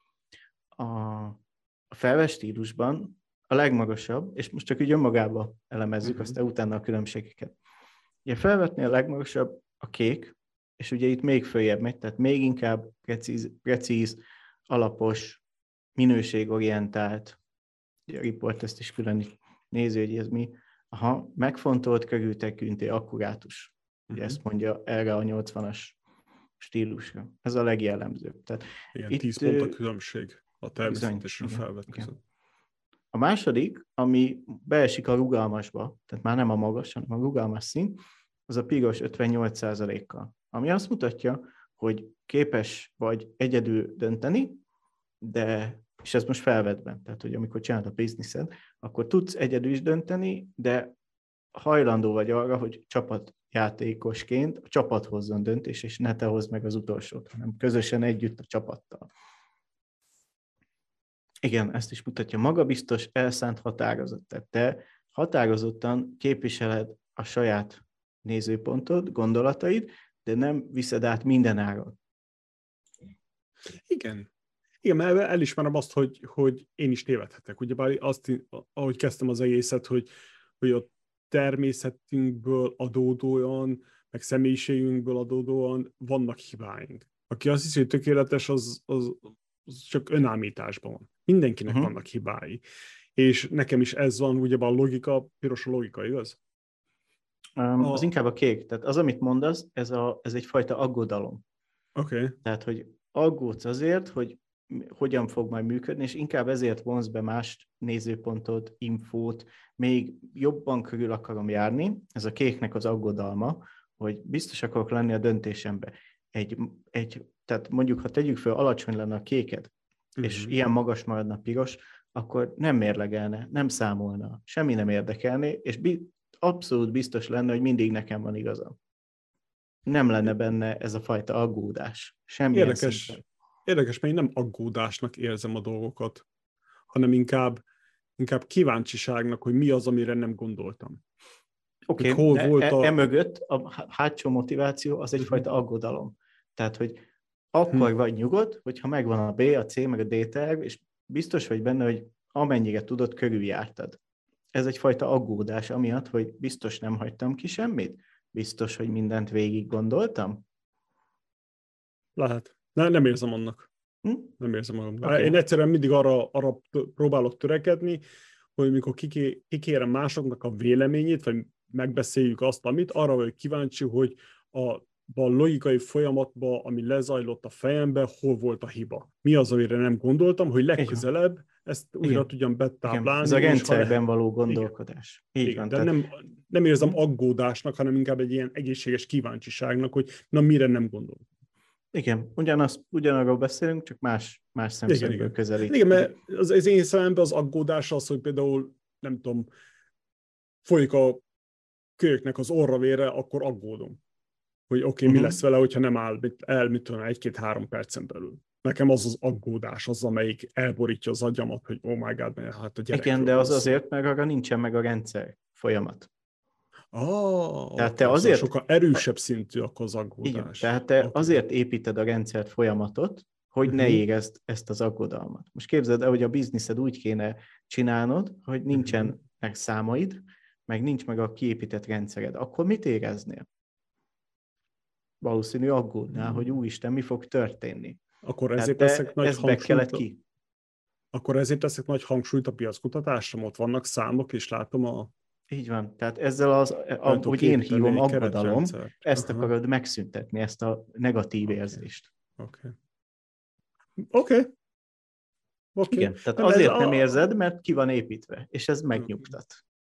Speaker 2: A felvett stílusban a legmagasabb, és most csak így önmagába elemezzük, aztán utána a különbségeket. Ugye a felvettnél a legmagasabb a kék, és ugye itt még följebb megy, tehát még inkább precíz, alapos, minőségorientált, ugye a report ezt is külön nézi, hogy ez mi. Megfontolt, körültekintő, akkurátus. Ugye ezt mondja erre a 80-as stílusra. Ez a legjellemzőbb. Tehát
Speaker 1: igen, itt 10 pont a különbség a természetes és a felvett között.
Speaker 2: A második, ami beesik a rugalmasba, tehát már nem a magas, hanem a rugalmas szint, az a piros 58%-kal. Ami azt mutatja, hogy képes vagy egyedül dönteni, és ez most felvettben, tehát hogy amikor csinálod a bizniszed, akkor tudsz egyedül is dönteni, de hajlandó vagy arra, hogy csapatjátékosként a csapat hozzon döntés, és ne te hozd meg az utolsót, hanem közösen együtt a csapattal. Igen, ezt is mutatja magabiztos, elszánt, határozott. Tehát te határozottan képviseled a saját nézőpontod, gondolataid, de nem viszed át minden áron.
Speaker 1: Igen, mert elismerem azt, hogy én is tévedhetek. Ugyebár azt, ahogy kezdtem az egészet, hogy a természetünkből adódóan, meg személyiségünkből adódóan vannak hibáink. Aki azt hiszi, hogy tökéletes, az csak önállításban van. Mindenkinek vannak hibái. És nekem is ez van, ugyebár a logika, piros a logika, igaz?
Speaker 2: Az inkább a kék. Tehát az, amit mondasz, ez egyfajta aggodalom.
Speaker 1: Oké.
Speaker 2: Tehát, hogy aggódsz azért, hogy hogyan fog majd működni, és inkább ezért vonz be más nézőpontot, infót, még jobban körül akarom járni. Ez a kéknek az aggodalma, hogy biztos akarok lenni a döntésembe. Tehát mondjuk, ha tegyük fel, alacsony lenne a kéked, és ilyen magas maradna a piros, akkor nem mérlegelne, nem számolna, semmi nem érdekelné, és abszolút biztos lenne, hogy mindig nekem van igazam. Nem lenne benne ez a fajta aggódás. Semmilyen szinten.
Speaker 1: Érdekes, mert én nem aggódásnak érzem a dolgokat, hanem inkább kíváncsiságnak, hogy mi az, amire nem gondoltam.
Speaker 2: Oké, de emögött a hátsó motiváció az egyfajta aggodalom. Tehát, hogy akkor vagy nyugodt, hogyha megvan a B, a C, meg a D terv, és biztos vagy benne, hogy amennyire tudod, körüljártad. Ez egyfajta aggódás amiatt, hogy biztos nem hagytam ki semmit? Biztos, hogy mindent végig gondoltam?
Speaker 1: Lehet. Nem érzem annak. Nem érzem magam. Okay. Én egyszerűen mindig arra próbálok törekedni, hogy mikor kikérem másoknak a véleményét, vagy megbeszéljük azt, amit, arra vagyok kíváncsi, hogy a logikai folyamatban, ami lezajlott a fejemben, hol volt a hiba. Mi az, amire nem gondoltam, hogy legközelebb ezt újra tudjam betáplálni.
Speaker 2: Ez a rendszerben való gondolkodás.
Speaker 1: Igen, de nem érzem aggódásnak, hanem inkább egy ilyen egészséges kíváncsiságnak, hogy na mire nem gondoltam.
Speaker 2: Igen, ugyanarról beszélünk, csak más szemszögből közelít.
Speaker 1: Igen, mert az én szememben az aggódás az, hogy például, nem tudom, folyik a kölyöknek az orra vére, akkor aggódom. hogy oké, mi lesz vele, hogyha nem áll el, mit tudom, 1-2-3 percen belül. Nekem az aggódás, az, amelyik elborítja az agyamat, hogy oh my god, mert hát a gyerekről.
Speaker 2: Igen, de az azért, mert arra nincsen meg a rendszer folyamat. Tehát te
Speaker 1: Szóval
Speaker 2: azért...
Speaker 1: sokkal erősebb szintű akkor az aggódás.
Speaker 2: Igen, tehát te azért építed a rendszert folyamatot, hogy ne érezd ezt az aggodalmat. Most képzeld el, hogy a bizniszed úgy kéne csinálnod, hogy nincsenek számaid, meg nincs meg a kiépített rendszered. Akkor mit éreznél? Valószínű aggódnál, hogy úristen, mi fog történni.
Speaker 1: Akkor ezért teszek nagy hangsúlyt.
Speaker 2: Ki.
Speaker 1: Akkor ezért teszek nagy hangsúlyt a piackutatásra, ott vannak számok, és látom a...
Speaker 2: Így van. Tehát ezzel hogy én hívom aggodalom, ezt akarod megszüntetni, ezt a negatív érzést.
Speaker 1: Oké.
Speaker 2: Igen, tehát azért nem érzed, mert ki van építve, és ez megnyugtat.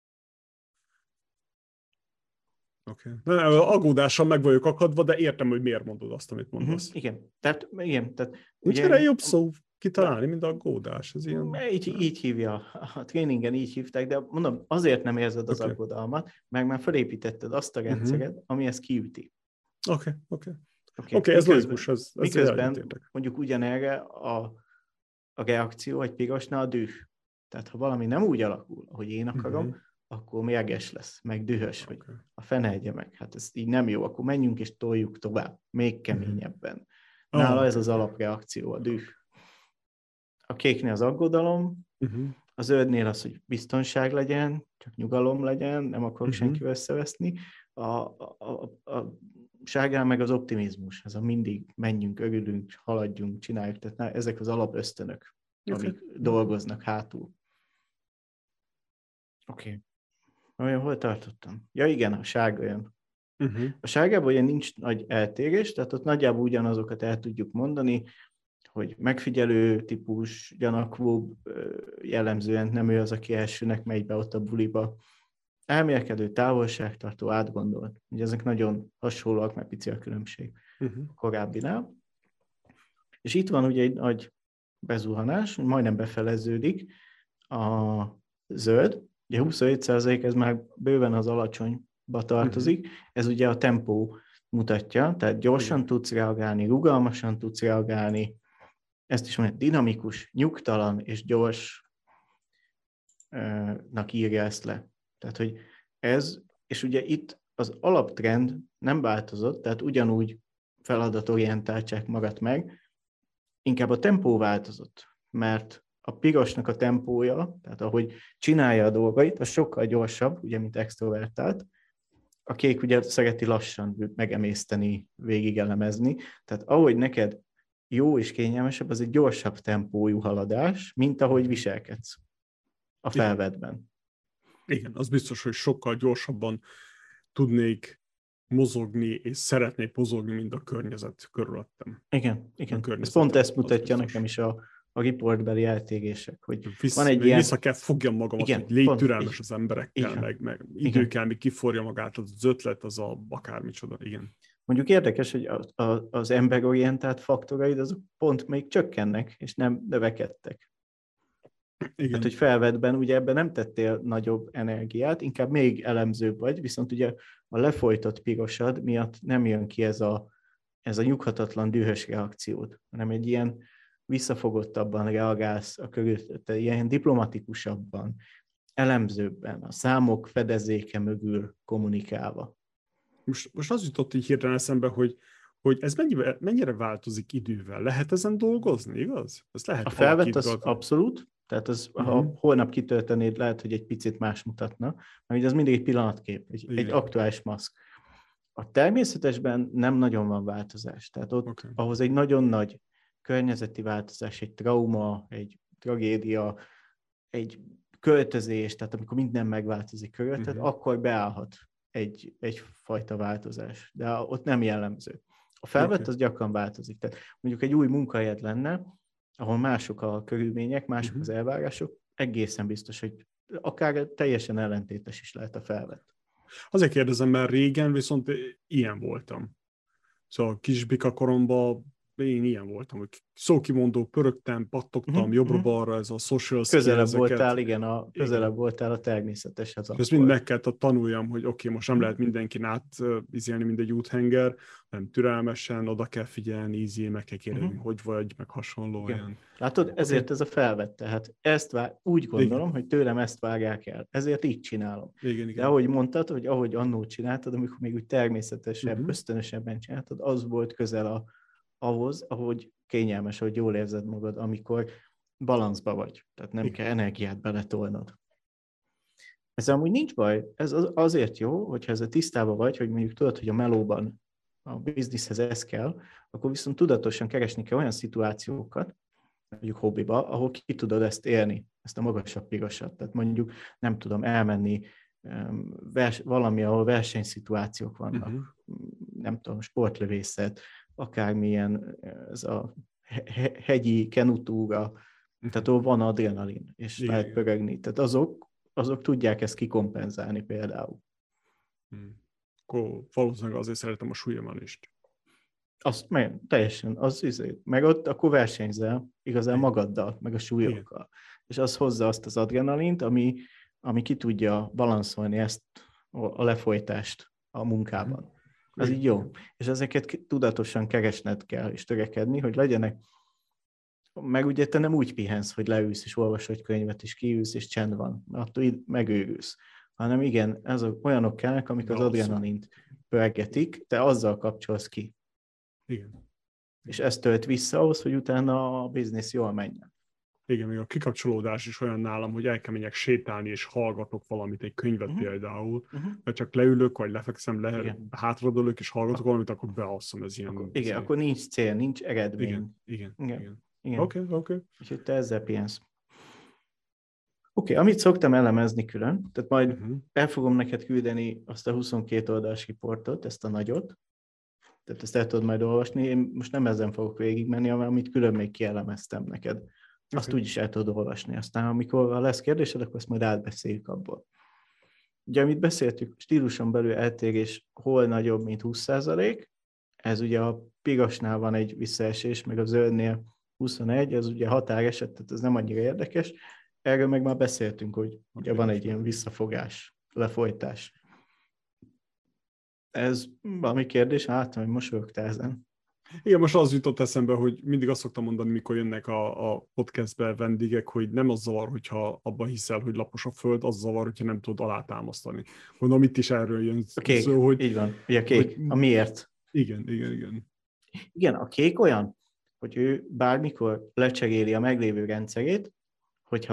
Speaker 1: Oké. Aggódással meg vagyok akadva, de értem, hogy miért mondod azt, amit mondasz.
Speaker 2: Igen. Tehát
Speaker 1: nincs erre jobb szó kitalálni, mint aggódás. Ez ilyen...
Speaker 2: Így hívja, a tréningen így hívták, de mondom, azért nem érzed az aggodalmat, meg már felépítetted azt a rendszeret, ami ezt kiüti.
Speaker 1: Oké, ez logikus.
Speaker 2: Miközben mondjuk ugyanerre a reakció egy pirosnál a düh. Tehát ha valami nem úgy alakul, ahogy én akarom, akkor mérges lesz, meg dühös, hogy a fene egye meg. Hát ez így nem jó, akkor menjünk és toljuk tovább, még keményebben. Nála ez az alapreakció, a düh. A kéknél az aggodalom, a zöldnél az, hogy biztonság legyen, csak nyugalom legyen, nem akarok senkivel összeveszni. A sárgán meg az optimizmus, ez a mindig menjünk, örülünk, haladjunk, csináljuk, tehát ezek az alapösztönök, amik dolgoznak hátul. Oké. Olyan, hol tartottam? Ja igen, a sárga jön. A sárgában ugye nincs nagy eltérés, tehát ott nagyjából ugyanazokat el tudjuk mondani, hogy megfigyelő típus, gyanakvó, jellemzően nem ő az, aki elsőnek megy be ott a buliba. Elmélkedő, távolságtartó, átgondolt. Ugye ezek nagyon hasonlóak, mert pici a különbség a korábbinál. És itt van ugye egy nagy bezuhanás, majdnem befeleződik a zöld. Ugye 27% ez már bőven az alacsonyba tartozik. Ez ugye a tempó mutatja, tehát gyorsan tudsz reagálni, rugalmasan tudsz reagálni. Ezt is mondja, dinamikus, nyugtalan és gyorsnak írja ezt le. Tehát, hogy ez, és ugye itt az alaptrend nem változott, tehát ugyanúgy feladatorientáltság maradt meg, inkább a tempó változott, mert a pirosnak a tempója, tehát ahogy csinálja a dolgait, az sokkal gyorsabb, ugye, mint extrovertált. A kék ugye szereti lassan megemészteni, végigelemezni, tehát ahogy neked jó és kényelmesebb, az egy gyorsabb tempójú haladás, mint ahogy viselkedsz a felvedben.
Speaker 1: Igen, az biztos, hogy sokkal gyorsabban tudnék mozogni, és szeretnék mozogni, mint a környezet körülöttem.
Speaker 2: Igen. Ez pont ezt mutatja nekem is a riportbeli eltérések, hogy van egy ilyen...
Speaker 1: Vissza kell fogjam magamat, igen, hogy légy türelmes az emberekkel, meg idő kell, még kiforja magát az ötlet, az a akármicsoda, igen.
Speaker 2: Mondjuk érdekes, hogy az emberorientált faktoraid, azok pont még csökkennek, és nem növekedtek. Igen. Tehát, hogy felvedben ugye ebben nem tettél nagyobb energiát, inkább még elemzőbb vagy, viszont ugye a lefolytott pirosad miatt nem jön ki ez a nyughatatlan, dühös reakciód, hanem egy ilyen visszafogottabban reagálsz a körülötte, ilyen diplomatikusabban, elemzőbben, a számok fedezéke mögül kommunikálva.
Speaker 1: Most az jutott így hirtelen eszembe, hogy ez mennyire változik idővel. Lehet ezen dolgozni, igaz? Ez lehet
Speaker 2: a felvett az abszolút, tehát az, ha holnap kitöltenéd, lehet, hogy egy picit más mutatna, mert ez mindig egy pillanatkép, egy aktuális maszk. A természetesben nem nagyon van változás, tehát ott ahhoz egy nagyon nagy környezeti változás, egy trauma, egy tragédia, egy költözés, tehát amikor minden megváltozik körülötted, akkor beállhat egyfajta változás, de ott nem jellemző. A felvett az gyakran változik. Tehát mondjuk egy új munkahelyed lenne, ahol mások a körülmények, mások az elvárások, egészen biztos, hogy akár teljesen ellentétes is lehet a felvett.
Speaker 1: Azért kérdezem, mert régen viszont ilyen voltam. Szóval kisbika koromban én ilyen voltam, hogy szókimondó, pörögtem, pattogtam jobbra-balra, ez a social skill,
Speaker 2: Közelebb voltál, igen, közelebb
Speaker 1: igen.
Speaker 2: voltál a természeteshez.
Speaker 1: És ezt mind meg kellett tanuljam, hogy oké, most nem lehet
Speaker 2: Mhm.
Speaker 1: mindenkin átizélni, mint egy úthenger, hanem türelmesen, oda kell figyelni, meg kell kérdezni, hogy vagy, meg hasonló
Speaker 2: Igen.
Speaker 1: olyan.
Speaker 2: Látod, ezért ez a felvette. Hát úgy gondolom,
Speaker 1: Igen.
Speaker 2: hogy tőlem ezt vágják el. Ezért így csinálom.
Speaker 1: Igen.
Speaker 2: De ahogy mondtad, hogy ahogy annól csináltad, amikor még úgy természetesebb, ösztönösebben csináltad, az volt közel ahhoz, ahogy kényelmes, hogy jól érzed magad, amikor balanszba vagy. Tehát nem kell energiát beletolnod. Ez amúgy nincs baj. Ez azért jó, hogyha ezzel tisztában vagy, hogy mondjuk tudod, hogy a melóban a bizniszhez ez kell, akkor viszont tudatosan keresni kell olyan szituációkat, mondjuk hobbiba, ahol ki tudod ezt élni, ezt a magasabb pigasat. Tehát mondjuk nem tudom elmenni valami, ahol versenyszituációk vannak, nem tudom, sportlövészet, akármilyen ez a hegyi kenutúra, tehát ahol van adrenalin, és lehet pörögni. Tehát azok tudják ezt kikompenzálni például.
Speaker 1: Akkor valószínűleg azért szeretem a súlyemelést.
Speaker 2: Teljesen, meg ott akkor versenyzel igazán magaddal, meg a súlyokkal. Igen. És az hozza azt az adrenalint, ami ki tudja balanszolni ezt a lefolytást a munkában. Az így jó. És ezeket tudatosan keresned kell, és törekedni, hogy legyenek. Meg ugye te nem úgy pihensz, hogy leülsz és olvasod egy könyvet, és kiülsz, és csend van. Attól így megőrülsz. Hanem igen, olyanok kellnek, amik az adrenalint pörgetik, te azzal kapcsolsz ki.
Speaker 1: Igen.
Speaker 2: És ezt tölt vissza ahhoz, hogy utána a biznisz jól menjen.
Speaker 1: Igen, még a kikapcsolódás is olyan nálam, hogy el kell menjek sétálni, és hallgatok valamit, egy könyvet például, vagy csak leülök, vagy lefekszem, hátradőlök, és hallgatok valamit, akkor bealszom, ez ilyen...
Speaker 2: Akkor nincs cél, nincs eredmény.
Speaker 1: Igen. Oké.
Speaker 2: Úgyhogy te ezzel pihensz. Oké, amit szoktam elemezni külön, tehát majd el fogom neked küldeni azt a 22 oldalas riportot, ezt a nagyot, tehát ezt el tudod majd olvasni. Én most nem ezen fogok végigmenni, hanem amit külön még kielemeztem neked. Azt úgyis el tudod olvasni. Aztán amikor lesz kérdésed, akkor ezt majd átbeszéljük abból. Ugye, amit beszéltük, stíluson belül eltérés hol nagyobb, mint 20%, ez ugye a pigasnál van egy visszaesés, meg a zöldnél 21, ez ugye határeset, tehát ez nem annyira érdekes. Erről meg már beszéltünk, hogy ugye van egy ilyen visszafogás, lefolytás. Ez valami kérdés? Látom, hogy mosolyogtál ezen.
Speaker 1: Igen, most az jutott eszembe, hogy mindig azt szoktam mondani, mikor jönnek a podcastbe vendégek, hogy nem az zavar, hogyha abban hiszel, hogy lapos a föld, az zavar, hogyha nem tudod alátámasztani. Mondom, itt is erről jön
Speaker 2: szó, hogy... Így van, ugye a kék, a miért.
Speaker 1: Igen.
Speaker 2: Igen, a kék olyan, hogy ő bármikor lecseréli a meglévő rendszerét, hogyha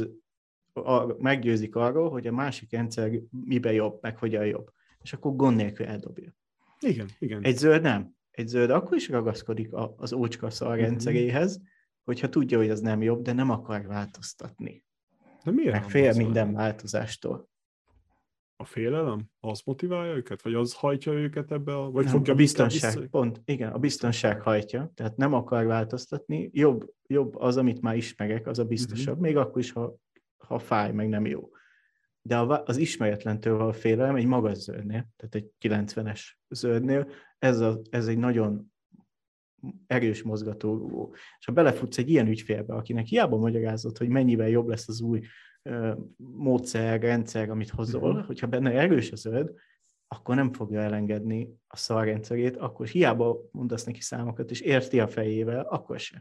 Speaker 2: meggyőzik arról, hogy a másik rendszer miben jobb, meg hogyan jobb. És akkor gond nélkül eldobja.
Speaker 1: Igen.
Speaker 2: Egy zöld nem. Egy zöld akkor is ragaszkodik az ócska szar rendszeréhez, hogyha tudja, hogy az nem jobb, de nem akar változtatni.
Speaker 1: De miért?
Speaker 2: Meg fél minden változástól.
Speaker 1: A félelem? Az motiválja őket? Vagy az hajtja őket ebbe? Vagy
Speaker 2: nem,
Speaker 1: fogja
Speaker 2: a biztonság, pont. Igen, a biztonság hajtja. Tehát nem akar változtatni. Jobb az, amit már ismerek, az a biztosabb. Még akkor is, ha fáj, meg nem jó. De az ismeretlentől való félelem egy magas zöldnél, tehát egy 90-es zöldnél, ez egy nagyon erős mozgatórugó. És ha belefutsz egy ilyen ügyfélbe, akinek hiába magyarázott, hogy mennyivel jobb lesz az új módszer, rendszer, amit hozol, hogyha benne erős a zöld, akkor nem fogja elengedni a szarrendszerét, akkor hiába mondasz neki számokat, és érti a fejével, akkor sem.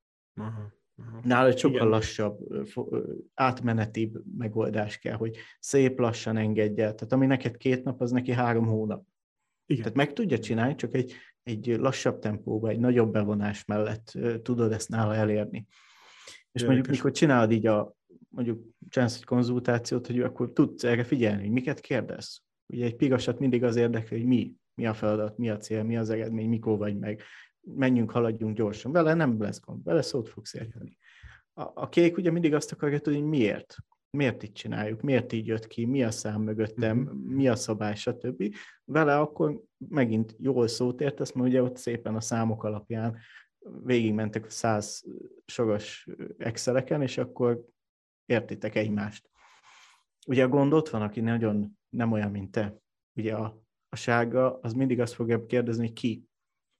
Speaker 2: Nála egy sokkal lassabb, átmenetibb megoldás kell, hogy szép lassan engedje. Tehát ami neked 2 nap, az neki 3 hónap. Igen. Tehát meg tudja csinálni, csak egy lassabb tempóban, egy nagyobb bevonás mellett tudod ezt nála elérni. És mondjuk, mikor csinálod így mondjuk csinálsz egy konzultációt, hogy akkor tudsz erre figyelni, hogy miket kérdez. Ugye egy pigasat mindig az érdekli, hogy mi a feladat, mi a cél, mi az eredmény, mikor vagy meg. Menjünk, haladjunk gyorsan. Vele nem lesz gond, vele szót fogsz érteni. A kék ugye mindig azt akarja tudni, hogy miért. Miért így csináljuk, miért így jött ki, mi a szám mögöttem, mi a szabály, stb. Vele akkor megint jól szót értesz, mert ugye ott szépen a számok alapján végigmentek a 100 soros Exceleken, és akkor értitek egymást. Ugye a gond ott van, aki nagyon nem olyan, mint te. Ugye a sárga az mindig azt fogja kérdezni, hogy ki.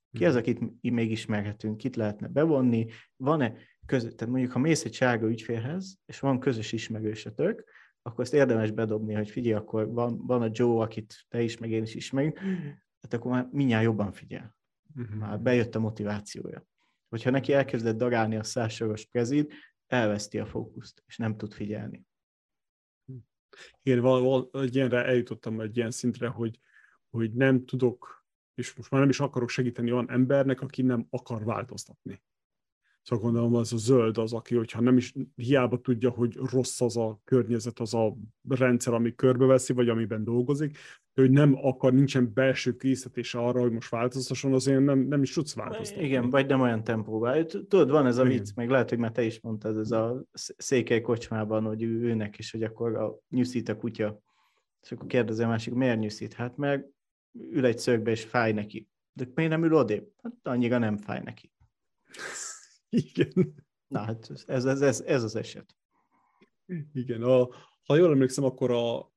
Speaker 2: Ki az, akit még ismerhetünk, kit lehetne bevonni, van-e tehát mondjuk, ha mész egy sárga ügyfélhez, és van közös ismerősötök, akkor ezt érdemes bedobni, hogy figyelj, akkor van a Joe, akit te is, meg én is ismerünk, hát akkor már mindjárt jobban figyel. Már bejött a motivációja. Hogyha neki elkezdett darálni a 100 soros prezid, elveszti a fókuszt, és nem tud figyelni.
Speaker 1: Igen, egy ilyenre eljutottam egy ilyen szintre, hogy nem tudok, és most már nem is akarok segíteni olyan embernek, aki nem akar változtatni. Szóval gondolom, az a zöld az, aki, hogyha nem is hiába tudja, hogy rossz az a környezet, az a rendszer, ami körbeveszi, vagy amiben dolgozik, hogy nem akar, nincsen belső készítése arra, hogy most változtasson, azért nem is tudsz változtatni.
Speaker 2: Igen, vagy nem olyan tempóban. Tudod, van ez a vicc, meg lehet, hogy már te is mondtad, ez a székely kocsmában, hogy őnek is, hogy akkor nyűszít a kutya. És akkor kérdezi a másik, miért nyűszít? Hát meg ül egy szögbe, és fáj neki. De miért nem ül odébb? Hát annyira nem fáj neki.
Speaker 1: Igen.
Speaker 2: Na, hát ez az eset.
Speaker 1: Igen, ha jól emlékszem, akkor a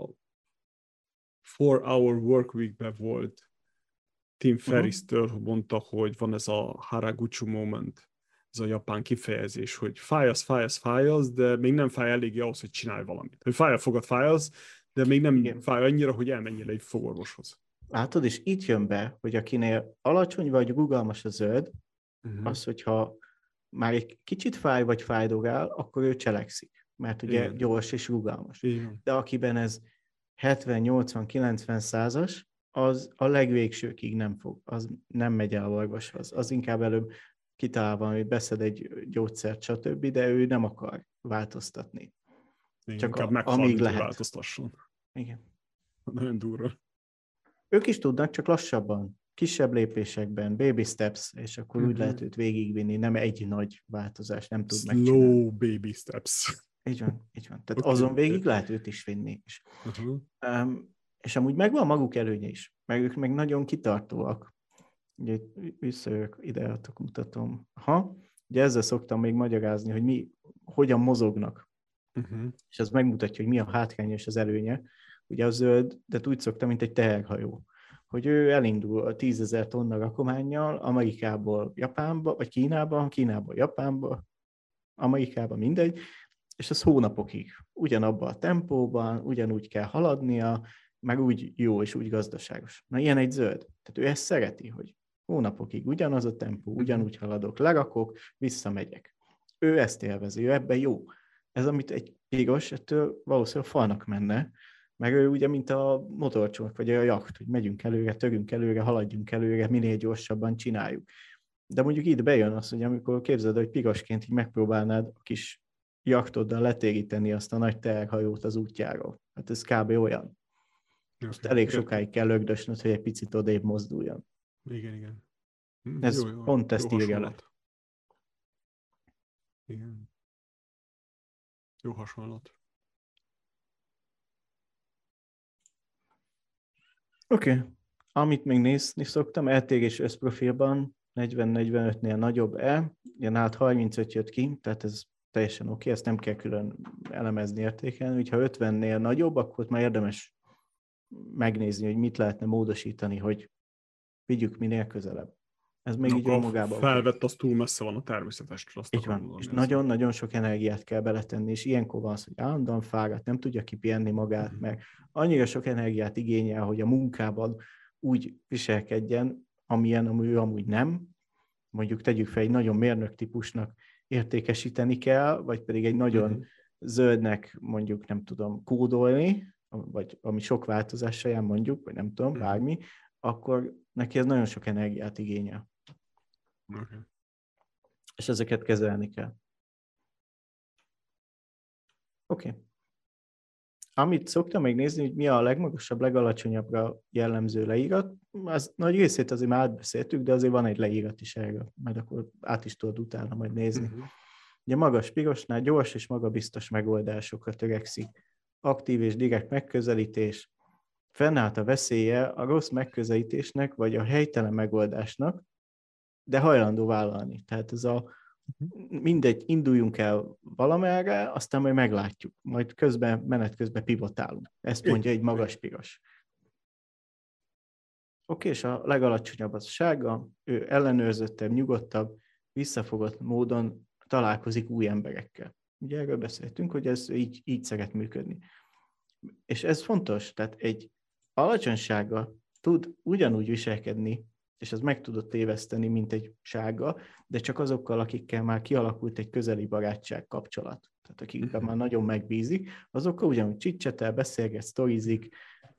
Speaker 1: 4-hour workweekben volt Tim Ferriss-től, mondta, hogy van ez a Haraguchi moment, ez a japán kifejezés, hogy fáj, de még nem fáj eléggé ahhoz, hogy csinálj valamit. Hogy fáj a fogad, de még nem
Speaker 2: Igen.
Speaker 1: fáj annyira, hogy elmenjél egy fogorvoshoz.
Speaker 2: Látod, és itt jön be, hogy akinél alacsony vagy rugalmas a zöld, az, hogyha már egy kicsit fáj vagy fájdogál, akkor ő cselekszik, mert ugye
Speaker 1: Igen.
Speaker 2: gyors és rugalmas.
Speaker 1: Igen.
Speaker 2: De akiben ez 70-80-90%, az a legvégsőkig nem fog, az nem megy el a orvoshoz. Az inkább előbb kitalálva, hogy beszed egy gyógyszert, stb., de ő nem akar változtatni.
Speaker 1: Igen,
Speaker 2: csak
Speaker 1: inkább meghal,
Speaker 2: amíg
Speaker 1: mint
Speaker 2: lehet.
Speaker 1: Változtasson.
Speaker 2: Igen.
Speaker 1: Nagyon durva.
Speaker 2: Ők is tudnak, csak lassabban, kisebb lépésekben, baby steps, és akkor úgy lehet őt végigvinni, nem egy nagy változás, nem tud megcsinálni.
Speaker 1: Slow baby steps.
Speaker 2: Így van. Tehát
Speaker 1: Okay.
Speaker 2: azon végig lehet őt is vinni. És amúgy megvan maguk előnye is, meg ők meg nagyon kitartóak. Ugye visszajövök, ide mutatom. Ugye ezzel szoktam még magyarázni, hogy hogyan mozognak. És ez megmutatja, hogy mi a hátránya és az előnye. Ugye a zöld, de úgy szoktam, mint egy teherhajó. Hogy ő elindul a 10 000 tonna rakománnyal Amerikából Japánba, vagy Kínából Japánba, Amerikába, mindegy, és ez hónapokig. Ugyanabban a tempóban, ugyanúgy kell haladnia, meg úgy jó és úgy gazdaságos. Na, ilyen egy zöld. Tehát ő ezt szereti, hogy hónapokig ugyanaz a tempó, ugyanúgy haladok, lerakok, visszamegyek. Ő ezt élvezi, ő ebben jó. Ez, amit egy piros, ettől valószínűleg falnak menne, meg ő ugye, mint a motorcsónak, vagy a jacht, hogy megyünk előre, törünk előre, haladjunk előre, minél gyorsabban csináljuk. De mondjuk itt bejön az, hogy amikor képzeld, hogy pirosként így megpróbálnád a kis jachtoddal letéríteni azt a nagy teherhajót az útjáról. Hát ez kb. Olyan. Most elég sokáig kell lögdösnöd, hogy egy picit odébb mozduljon.
Speaker 1: Igen.
Speaker 2: Ez pont ezt írja le.
Speaker 1: Igen. Jó hasonlat.
Speaker 2: Oké. Amit még nézni szoktam, eltérés összprofilban 40-45-nél nagyobb ilyen át 35 jött ki, tehát ez teljesen oké, ezt nem kell külön elemezni, értékelni. Úgyhogy ha 50-nél nagyobb, akkor már érdemes megnézni, hogy mit lehetne módosítani, hogy vigyük minél közelebb. Ez még így önmagában.
Speaker 1: Felvett, az túl messze van a természetestől.
Speaker 2: Így van, és nagyon-nagyon sok energiát kell beletenni, és ilyenkor van az, hogy állandóan fáradt, nem tudja kipihenni magát, meg annyira sok energiát igényel, hogy a munkában úgy viselkedjen, amilyen ő amúgy nem. Mondjuk tegyük fel, egy nagyon mérnök típusnak értékesíteni kell, vagy pedig egy nagyon zöldnek mondjuk nem tudom kódolni, vagy ami sok változással mondjuk, vagy nem tudom, bármi, akkor neki ez nagyon sok energiát igényel.
Speaker 1: Okay.
Speaker 2: És ezeket kezelni kell. Oké. Amit szoktam még nézni, hogy mi a legmagasabb, legalacsonyabbra jellemző leírat, az nagy részét azért már átbeszéltük, de azért van egy leírat is erről, majd akkor át is tudod utána majd nézni. Ugye magas pirosnál gyors és magabiztos megoldásokra törekszik. Aktív és direkt megközelítés. Fennállt a veszélye a rossz megközelítésnek, vagy a helytelen megoldásnak, de hajlandó vállalni. Tehát ez mindegy, induljunk el valamerre, aztán majd meglátjuk. Majd menet közben pivotálunk. Ezt mondja egy magas piros. Oké, és a legalacsonyabb az sárga, ő ellenőrzöttebb, nyugodtabb, visszafogott módon találkozik új emberekkel. Ugye erről beszéltünk, hogy ez így szeret működni. És ez fontos, tehát egy alacsonysága tud ugyanúgy viselkedni, és ez meg tudott téveszteni, mint egy sárga, de csak azokkal, akikkel már kialakult egy közeli barátság kapcsolat. Tehát akikkel már nagyon megbízik, azokkal ugyanúgy csicsetel, beszélget, sztorizik.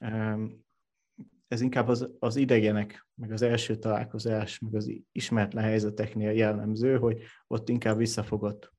Speaker 2: Ez inkább az idegenek, meg az első találkozás, meg az ismeretlen helyzeteknél jellemző, hogy ott inkább visszafogott.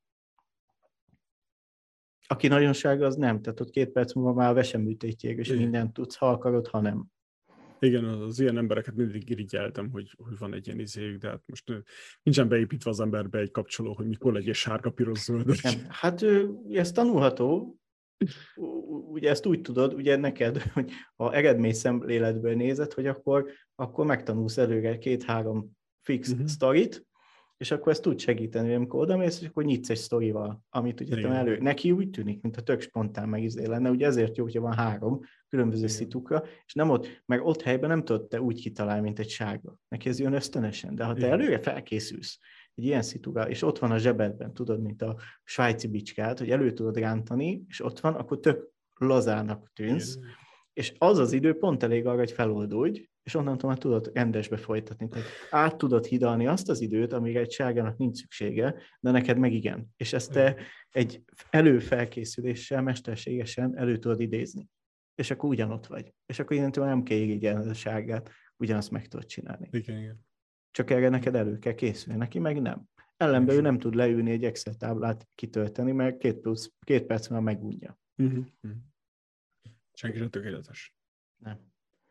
Speaker 2: Aki nagyon sárga, az nem. Tehát ott 2 perc múlva már veseműtétjér, és mindent tudsz, ha akarod, ha nem.
Speaker 1: Igen, az ilyen embereket mindig irigyeltem, hogy van egy ilyen izéjük, de hát most nincsen beépítve az emberbe egy kapcsoló, hogy mikor legyen sárga, piros, zöld.
Speaker 2: Hát ez tanulható. Ugye ezt úgy tudod, ugye neked, hogy ha eredményszemléletből nézed, hogy akkor megtanulsz előre 2-3 fix sztorit, és akkor ezt tud segíteni, hogy amikor odamész, és akkor nyitsz egy sztorival, amit ugye neki úgy tűnik, mint a tök spontán megizé lenne, ugye ezért jó, hogyha van 3 különböző szitukra, és nem ott, meg ott helyben nem tudod te úgy kitalálni, mint egy sárga. Neki ez jön ösztönösen, de ha te előre felkészülsz egy ilyen szitugra, és ott van a zsebedben, tudod, mint a svájci bicskát, hogy elő tudod rántani, és ott van, akkor tök lazának tűnsz, és az idő pont elég arra, hogy feloldódj, és onnantól már tudod rendesbe folytatni. Tehát át tudod hidalni azt az időt, amire egy sárgának nincs szüksége, de neked meg igen. És ezt te egy előfelkészüléssel, mesterségesen elő tudod idézni. És akkor ugyanott vagy. És akkor innentől nem kell irigyelned a sárgát, ugyanazt meg tudod csinálni.
Speaker 1: Igen.
Speaker 2: Csak erre neked elő kell készülni, neki meg nem. Ellenben ő nem tud leülni egy Excel táblát kitölteni, mert 2 perc már megunja.
Speaker 1: Senki sem tökéletes.
Speaker 2: Nem.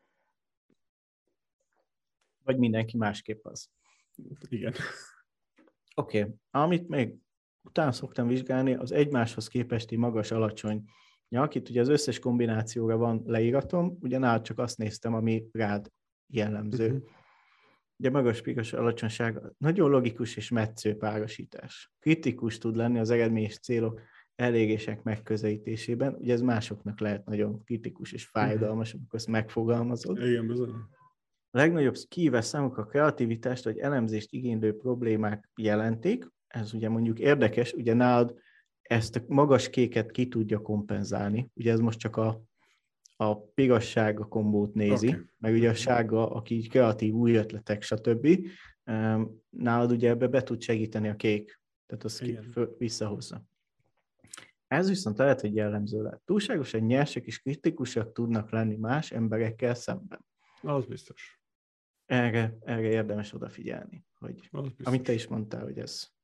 Speaker 2: Vagy mindenki másképp az.
Speaker 1: Igen.
Speaker 2: Oké. Amit még utána szoktam vizsgálni, az egymáshoz képesti magas-alacsony nyak. Itt ugye az összes kombinációra van leíratom, ugye nálad csak azt néztem, ami rád jellemző. Ugye magas-piros alacsonyság nagyon logikus és metsző párosítás. Kritikus tud lenni az eredményes célok elérések megközelítésében. Ugye ez másoknak lehet nagyon kritikus és fájdalmas, amikor ezt megfogalmazod.
Speaker 1: Igen, bizony.
Speaker 2: A legnagyobb kihívás számukra a kreativitást vagy elemzést igénylő problémák jelentik. Ez ugye mondjuk érdekes, ugye nálad ezt a magas kéket ki tudja kompenzálni. Ugye ez most csak a piros-sárga kombót nézi, meg ugye a sárga, aki így kreatív, új ötletek, stb. Nálad ugye ebbe be tud segíteni a kék, tehát azt visszahozza. Ez viszont lehet, hogy jellemző lehet. Túlságosan nyersek és kritikusak tudnak lenni más emberekkel szemben.
Speaker 1: Az biztos.
Speaker 2: Erre érdemes odafigyelni, hogy amit te is mondtál, hogy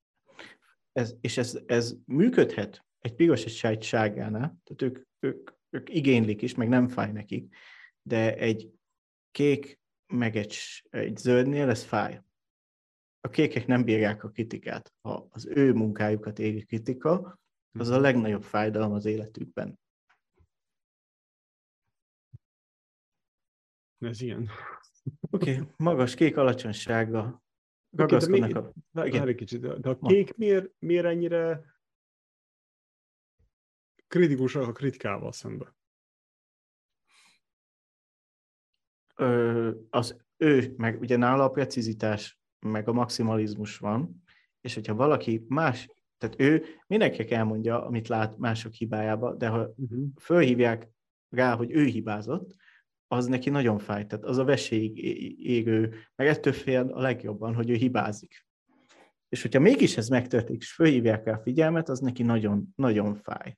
Speaker 2: ez működhet egy piros és egy sárgánál, tehát ők igénylik is, meg nem fáj nekik, de egy kék meg egy zöldnél ez fáj. A kékek nem bírják a kritikát. Ha az ő munkájukat éri kritika, az a legnagyobb fájdalom az életükben.
Speaker 1: Ez ilyen.
Speaker 2: Oké, magas kék, alacsony sárga. Ragaszkodnak
Speaker 1: egy kicsit, de a kék miért ennyire kritikusak a kritikával szemben?
Speaker 2: Meg ugye nála a precizitás, meg a maximalizmus van, és hogyha valaki más, tehát ő mindenkinek elmondja, amit lát mások hibájába, de ha fölhívják rá, hogy ő hibázott, az neki nagyon fáj. Tehát az a veséig égő, meg ettől fél a legjobban, hogy ő hibázik. És hogyha mégis ez megtörténik, és fölhívják rá a figyelmet, az neki nagyon, nagyon fáj.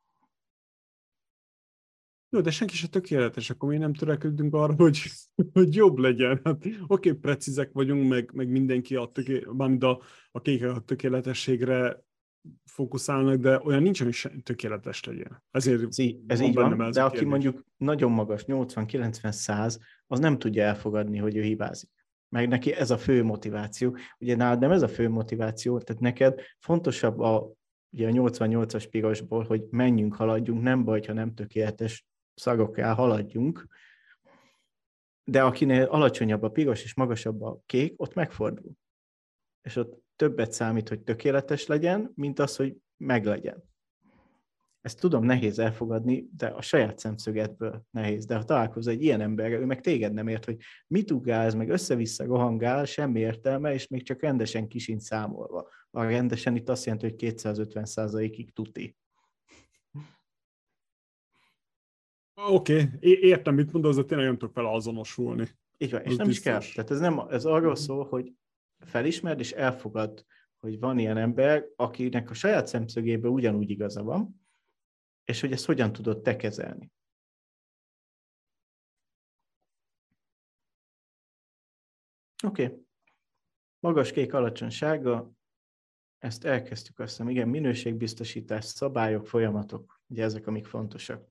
Speaker 1: Jó, de senki se tökéletes, akkor mi nem törekedünk arra, hogy jobb legyen. Hát, oké, precízek vagyunk, meg mindenki mármint a kékek a tökéletességre fókuszálnak, de olyan nincs, ami tökéletes legyen. Ezért
Speaker 2: ez így van, de aki mondjuk nagyon magas, 80-90-100, az nem tudja elfogadni, hogy ő hibázik. Meg neki ez a fő motiváció. Ugye nálad nem ez a fő motiváció, tehát neked fontosabb ugye a 88-as pirosból, hogy menjünk, haladjunk, nem baj, ha nem tökéletes szagokká haladjunk, de akinél alacsonyabb a piros és magasabb a kék, ott megfordul. És ott többet számít, hogy tökéletes legyen, mint az, hogy meglegyen. ezt tudom, nehéz elfogadni, de a saját szemszögedből nehéz. De ha találkozol egy ilyen emberrel, ő meg téged nem ért, hogy mit ugrál, ez meg össze-vissza rohangál, semmi értelme, és még csak rendesen kisincs számolva. A rendesen itt azt jelenti, hogy 250%-ig tuti.
Speaker 1: Oké, értem, mit mondod, de tényleg nem tudok vele azonosulni.
Speaker 2: Így van, és
Speaker 1: Az
Speaker 2: nem is kell.
Speaker 1: biztos.
Speaker 2: Tehát ez arról szól, hogy felismerd és elfogad, hogy van ilyen ember, akinek a saját szemszögéből ugyanúgy igaza van, és hogy ezt hogyan tudod te kezelni. Oké. Magas kék, alacsony sárga, ezt elkezdtük, azt hiszem, igen, minőségbiztosítás, szabályok, folyamatok, ugye ezek, amik fontosak.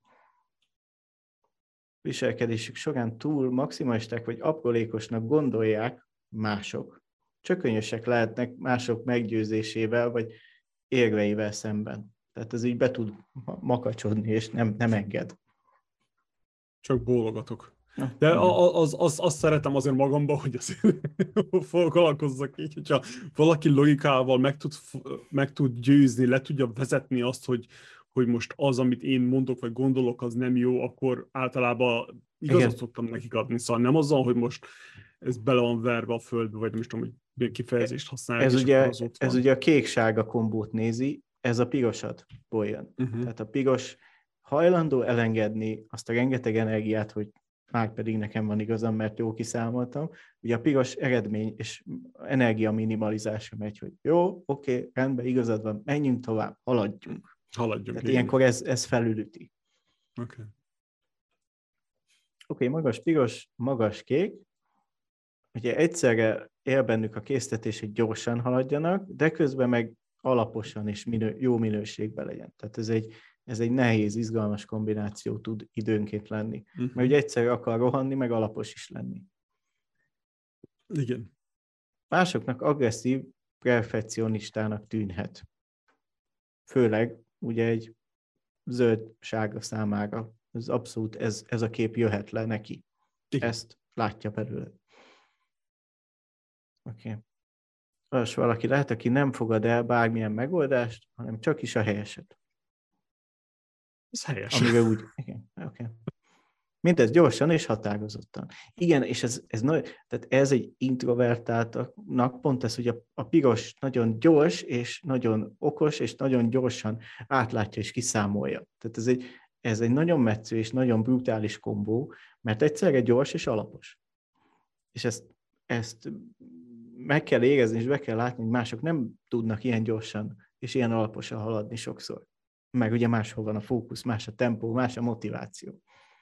Speaker 2: Viselkedésük során túl maximalisták vagy aprólékosnak gondolják mások. Csökönyösek lehetnek mások meggyőzésével vagy érveivel szemben. Tehát ez így be tud makacsodni, és nem enged.
Speaker 1: Csak bólogatok. De azt szeretem azért magamban, hogy azért foglalkozzak így, hogyha valaki logikával meg tud győzni, le tudja vezetni azt, hogy most az, amit én mondok, vagy gondolok, az nem jó, akkor általában igazat szoktam nekik adni. Szóval nem azzal, hogy most ez bele van verve a földbe, vagy nem is tudom, hogy milyen kifejezést használják,
Speaker 2: ez ugye a kék-sárga kombót nézi, ez a pirosatból jön. Tehát a piros hajlandó elengedni azt a rengeteg energiát, hogy már pedig nekem van igazam, mert jó kiszámoltam. Ugye a piros eredmény és energia minimalizásra megy, hogy jó, oké, rendben, igazad van, menjünk tovább, haladjunk. Tehát ilyenkor ez felülüti. Oké, magas piros, magas kék. Ugye egyszerre él bennük a késztetés, hogy gyorsan haladjanak, de közben meg alaposan és jó minőségben legyen. Tehát ez egy nehéz, izgalmas kombináció tud időnként lenni. Mert ugye egyszerre akar rohanni, meg alapos is lenni.
Speaker 1: Igen.
Speaker 2: Másoknak agresszív, perfekcionistának tűnhet. Főleg ugye egy zöld-sárga számára. Ez abszolút ez a kép jöhet le neki. Igen. Ezt látja belőle. Oké. Az valaki lehet, aki nem fogad el bármilyen megoldást, hanem csak is a helyeset.
Speaker 1: Ez helyes.
Speaker 2: Amivel úgy... Igen, oké. Mindez gyorsan és határozottan. Igen, és tehát ez egy introvertáltaknak pont ez, hogy a piros nagyon gyors, és nagyon okos, és nagyon gyorsan átlátja és kiszámolja. Tehát ez egy nagyon metsző és nagyon brutális kombó, mert egyszerre gyors és alapos. És ezt meg kell érezni, és be kell látni, hogy mások nem tudnak ilyen gyorsan és ilyen alaposan haladni sokszor. Meg ugye máshol van a fókusz, más a tempó, más a motiváció.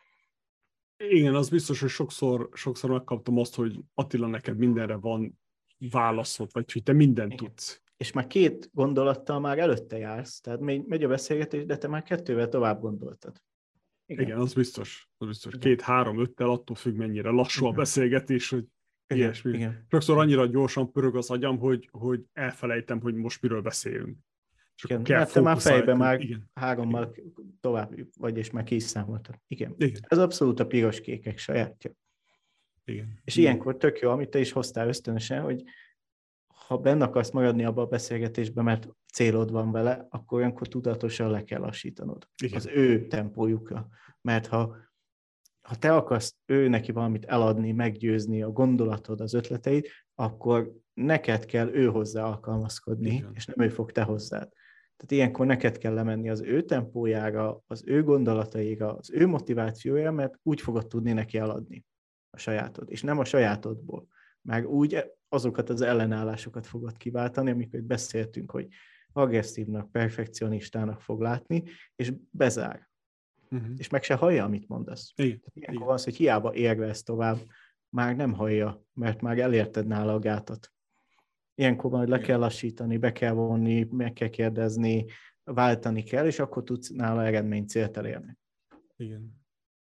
Speaker 1: Igen, az biztos, hogy sokszor megkaptam azt, hogy Attila, neked mindenre van válaszod, vagy hogy te mindent tudsz.
Speaker 2: És már 2 gondolattal már előtte jársz, tehát megy a beszélgetés, de te már 2-vel tovább gondoltad.
Speaker 1: Igen, az biztos. 2, 3, 5-tel attól függ, mennyire lassú a beszélgetés, hogy ilyesmi.
Speaker 2: Igen.
Speaker 1: Sokszor annyira gyorsan pörög az agyam, hogy elfelejtem, hogy most miről beszélünk.
Speaker 2: Igen, mert te már fejben már 3-mal tovább vagy, és már ki is számoltad. Igen. Ez abszolút a piros-kékek sajátja.
Speaker 1: Igen.
Speaker 2: És ilyenkor tök jó, amit te is hoztál ösztönösen, hogy ha benne akarsz maradni abba a beszélgetésben, mert célod van vele, akkor olyankor tudatosan le kell lassítanod. Igen. Az ő tempójukra. Mert ha te akarsz neki valamit eladni, meggyőzni a gondolatod, az ötleteid, akkor neked kell ő hozzá alkalmazkodni, igen, és nem ő fog te hozzád. Tehát ilyenkor neked kell lemenni az ő tempójára, az ő gondolataira, az ő motivációjára, mert úgy fogod tudni neki eladni a sajátod, és nem a sajátodból. Meg úgy azokat az ellenállásokat fogod kiváltani, amikor beszéltünk, hogy agresszívnak, perfekcionistának fog látni, és bezár. És meg se hallja, amit mondasz. Ilyenkor van az, hogy hiába érvelsz tovább, már nem hallja, mert már elérted nála a gátat. Ilyenkor majd le kell lassítani, be kell vonni, meg kell kérdezni, váltani kell, és akkor tudsz nála eredmény célt elérni.
Speaker 1: Igen.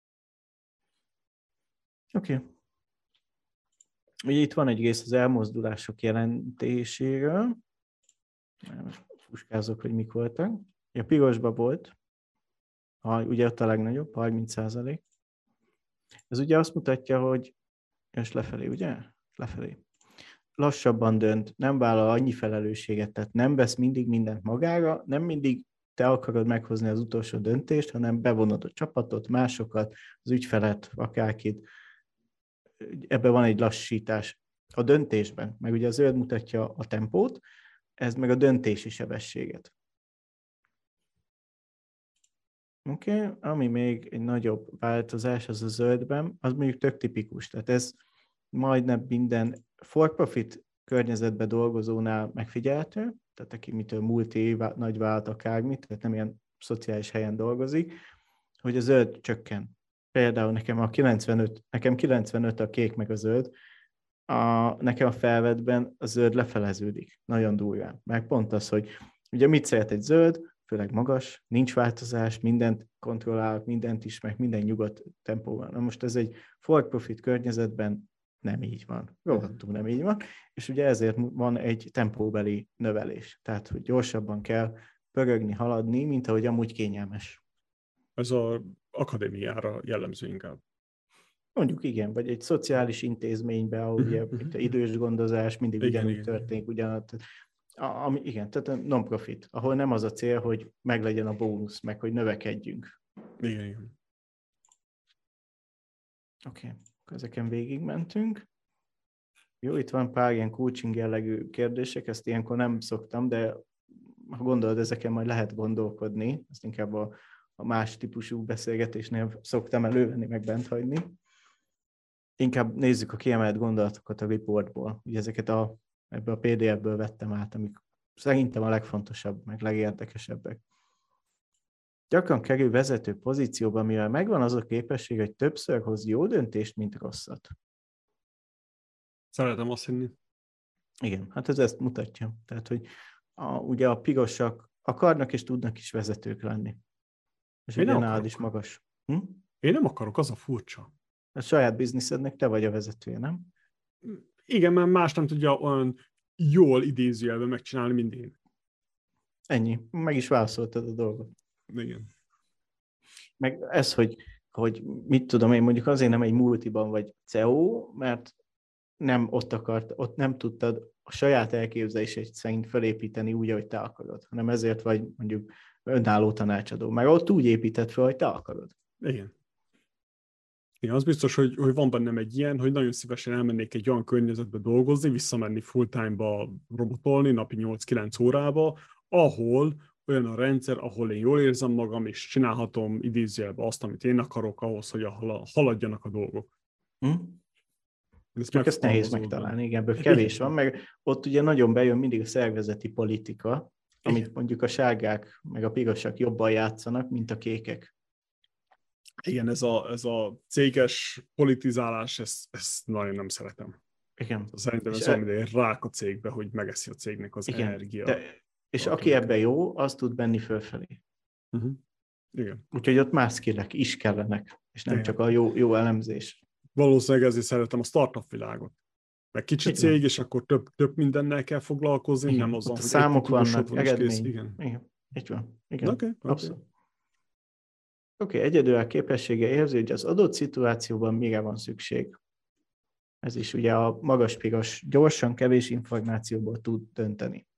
Speaker 2: Oké. Ugye itt van egy rész az elmozdulások jelentéséről. Fuskázok, hogy mik voltak. A pirosba volt, ugye ott a legnagyobb, 30%. Ez ugye azt mutatja, hogy és lefelé, ugye? Lefelé. Lassabban dönt, nem vállal annyi felelősséget, tehát nem vesz mindig mindent magára, nem mindig te akarod meghozni az utolsó döntést, hanem bevonod a csapatot, másokat, az ügyfelet, akárkit. Ebben van egy lassítás a döntésben, meg ugye a zöld mutatja a tempót, ez meg a döntési sebességet. Oké, ami még egy nagyobb változás az a zöldben, az mondjuk tök tipikus. Tehát ez majdnem minden for-profit környezetben dolgozónál megfigyelhető, tehát aki mitől multi, nagy vállalat, akármit, tehát nem ilyen szociális helyen dolgozik, hogy a zöld csökken. Például nekem 95 a kék meg a zöld, nekem a felvetben a zöld lefeleződik, nagyon durván. Meg pont az, hogy ugye mit szeret egy zöld, főleg magas, nincs változás, mindent kontrollál, mindent is, meg minden nyugodt tempóban. Na most ez egy for-profit környezetben nem így van. Rohadtul nem így van. És ugye ezért van egy tempóbeli növelés. Tehát, hogy gyorsabban kell pörögni, haladni, mint ahogy amúgy kényelmes.
Speaker 1: Ez az akadémiára jellemző inkább.
Speaker 2: Mondjuk igen, vagy egy szociális intézményben, ahol ugye itt a idős gondozás mindig ugyanúgy történik, igen, tehát a non-profit, ahol nem az a cél, hogy meglegyen a bónusz, meg hogy növekedjünk.
Speaker 1: Igen.
Speaker 2: Oké, ezeken végigmentünk. Jó, itt van pár ilyen coaching jellegű kérdések, ezt ilyenkor nem szoktam, de ha gondolod, ezeken majd lehet gondolkodni, ezt inkább a más típusú beszélgetésnél szoktam elővenni, meg bent hagyni. Inkább nézzük a kiemelt gondolatokat a reportból. Ugye ezeket ebből a PDF-ből vettem át, amik szerintem a legfontosabb, meg legérdekesebbek. Gyakran kerül vezető pozícióba, mivel megvan az a képesség, hogy többször hoz jó döntést, mint rosszat.
Speaker 1: Szeretem azt hinni.
Speaker 2: Igen, hát ez ezt mutatja. Tehát, hogy ugye a pirosak akarnak és tudnak is vezetők lenni. És ugye nálad is magas.
Speaker 1: Én nem akarok, az a furcsa.
Speaker 2: A saját bizniszednek te vagy a vezetője, nem?
Speaker 1: Igen, mert más nem tudja olyan jól idézőjelben megcsinálni, mint én.
Speaker 2: Ennyi. Meg is válaszoltad a dolgot.
Speaker 1: Igen.
Speaker 2: Meg ez, hogy mit tudom én, mondjuk azért nem egy multiban vagy CEO, mert nem ott nem tudtad a saját elképzelését szerint felépíteni úgy, ahogy te akarod, hanem ezért vagy mondjuk önálló tanácsadó. Meg ott úgy épített fel, hogy te akarod.
Speaker 1: Igen. Igen, az biztos, hogy van bennem egy ilyen, hogy nagyon szívesen elmennék egy olyan környezetbe dolgozni, visszamenni full-time-ba robotolni, napi 8-9 órába, ahol olyan a rendszer, ahol én jól érzem magam, és csinálhatom idézőjelben azt, amit én akarok, ahhoz, hogy haladjanak a dolgok.
Speaker 2: Csak ezt nehéz megtalálni, igen, ebből kevés van, meg ott ugye nagyon bejön mindig a szervezeti politika, amit mondjuk a sárgák, meg a pirosak jobban játszanak, mint a kékek.
Speaker 1: Igen, ez a céges politizálás, ezt nagyon nem szeretem.
Speaker 2: Igen.
Speaker 1: Szerintem ez olyan, mint egy rák a cégbe, hogy megeszi a cégnek az energia.
Speaker 2: És aki ebben jó, az tud benni fölfelé.
Speaker 1: Igen.
Speaker 2: Úgyhogy ott más skillek is kellenek, és nem csak a jó elemzés.
Speaker 1: Valószínűleg ezért szeretem a startup világot. Meg kicsi cég, és akkor több mindennel kell foglalkozni,
Speaker 2: igen.
Speaker 1: nem azon,
Speaker 2: hogy számok vannak, eredmény.
Speaker 1: Igen.
Speaker 2: Így van. Igen.
Speaker 1: Okay.
Speaker 2: Abszolút. Oké, egyedül képessége érzi, hogy az adott szituációban mire van szükség. Ez is ugye a magas piros, gyorsan, kevés információból tud dönteni.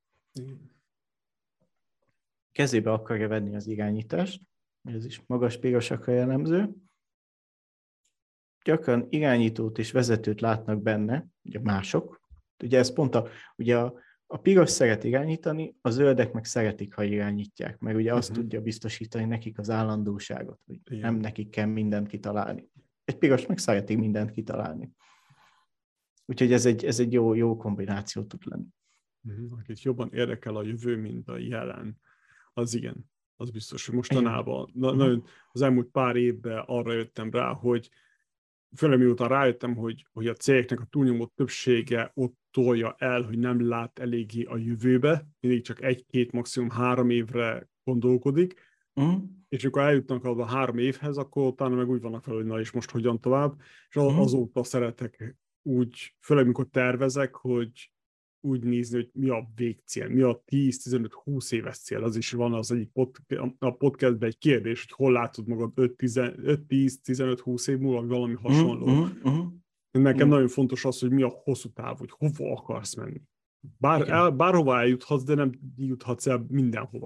Speaker 2: Kezébe akarja venni az irányítást, ez is magas pirosakra jellemző. Gyakran irányítót és vezetőt látnak benne, ugye mások. Ugye ez pont a piros szeret irányítani, a zöldek meg szeretik, ha irányítják, meg ugye azt tudja biztosítani nekik az állandóságot, hogy nem nekik kell mindent kitalálni. Egy piros meg szeretik mindent kitalálni. Úgyhogy ez egy jó kombináció tud lenni.
Speaker 1: Akit jobban érdekel a jövő, mint a jelen, az igen, az biztos, hogy mostanában, nagyon az elmúlt pár évben arra jöttem rá, hogy főleg miután rájöttem, hogy a cégeknek a túlnyomó többsége ott tolja el, hogy nem lát eléggé a jövőbe, mindig csak 1-2, maximum 3 évre gondolkodik, és amikor eljutnak a 3 évhez, akkor utána meg úgy vannak fel, hogy na és most hogyan tovább, és azóta szeretek úgy, főleg mikor tervezek, hogy úgy nézni, hogy mi a végcél, mi a 10-15-20 éves cél. Az is van az egyik a podcastben egy kérdés, hogy hol látod magad 5-10-15-20 év múlva, valami hasonló. Nekem nagyon fontos az, hogy mi a hosszú táv, hogy hova akarsz menni. Bárhova eljuthatsz, de nem juthatsz el mindenhova.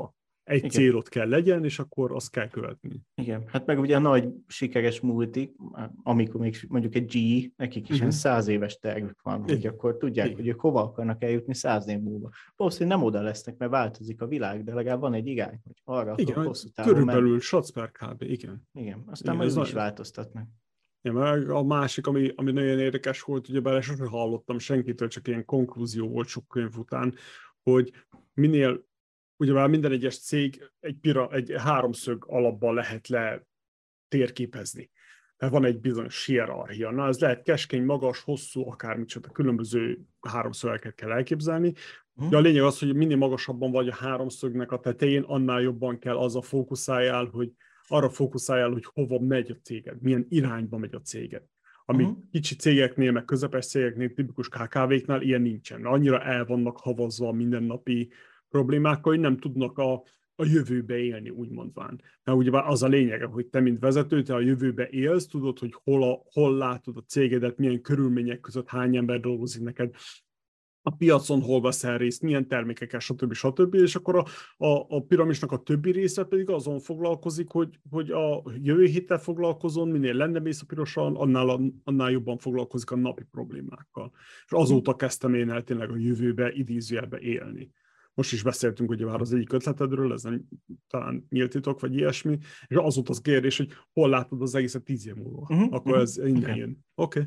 Speaker 1: Egy célod kell legyen, és akkor azt kell követni.
Speaker 2: Igen, hát meg ugye a nagy sikeres multik, amikor még mondjuk egy GE, nekik is ilyen 100 éves tervük van, hogy akkor tudják, hogy ők hova akarnak eljutni 100 év múlva. Valószínűleg nem oda lesznek, mert változik a világ, de legalább van egy irány, hogy arra
Speaker 1: igen,
Speaker 2: hosszú távon
Speaker 1: körülbelül satsz per kb. Igen.
Speaker 2: Igen, aztán majd is változtatnak.
Speaker 1: Ja, meg a másik, ami nagyon érdekes volt, ugyebár sosem hallottam senkitől, csak ilyen konklúzió volt sok könyv után, hogy minél, ugyebár minden egyes cég egy háromszög alapban lehet térképezni. Mert van egy bizonyos hierarchia. Na, ez lehet keskeny, magas, hosszú, akármicsoda, különböző háromszögeket kell elképzelni. De a lényeg az, hogy minél magasabban vagy a háromszögnek a tetején, annál jobban kell arra fókuszáljál, hogy hova megy a céged, milyen irányba megy a céged. Ami kicsi cégeknél, meg közepes cégeknél, tipikus KKV-knál ilyen nincsen. Annyira el vannak havazva a mindennapi problémákkal, hogy nem tudnak a jövőbe élni, úgy mondván. Mert ugye az a lényege, hogy te, mint vezető, te a jövőbe élsz, tudod, hogy hol látod a cégedet, milyen körülmények között hány ember dolgozik neked, a piacon hol veszel részt, milyen termékekkel, stb. És akkor a piramisnak a többi része pedig azon foglalkozik, hogy a jövő héttel foglalkozon, minél lennemész a pirosan, annál jobban foglalkozik a napi problémákkal. És azóta kezdtem én el tényleg a jövőbe, idézőjelbe élni. Most is beszéltünk ugye már az egyik ötletedről, ez nem talán nyílt titok, vagy ilyesmi, és azóta az kérdés, hogy hol látod az egészet 10 év múlva. Akkor ez innen jön. Oké.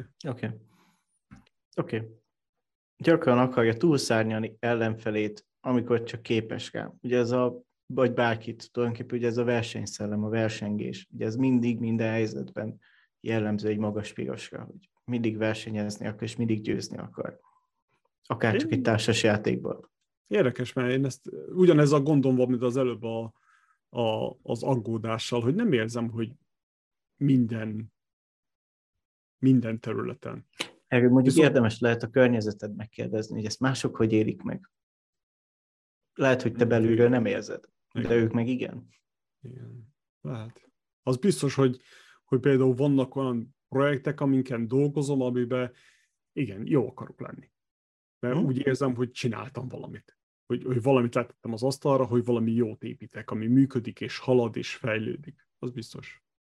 Speaker 2: Gyakran akarja túlszárnyalni ellenfelét, amikor csak képes rá. Ugye ez vagy bárkit, tulajdonképpen ugye ez a versenyszellem, a versengés. Ugye ez mindig, minden helyzetben jellemző egy magas pirosra, hogy mindig versenyezni akar, és mindig győzni akar. Akár csak egy társas játékban.
Speaker 1: Érdekes, mert én ugyanez a gondom van, mint az előbb az aggódással, hogy nem érzem, hogy minden területen.
Speaker 2: Erről mondjuk érdemes lehet a környezeted megkérdezni, hogy ezt mások hogy élik meg. Lehet, hogy te belülről nem érzed, de ők meg igen.
Speaker 1: Igen, lehet. Az biztos, hogy például vannak olyan projektek, aminken dolgozom, amiben igen, jó akarok lenni. Mert úgy érzem, hogy csináltam valamit. Hogy valamit letettem az asztalra, hogy valami jót építek, ami működik, és halad, és fejlődik. Az biztos.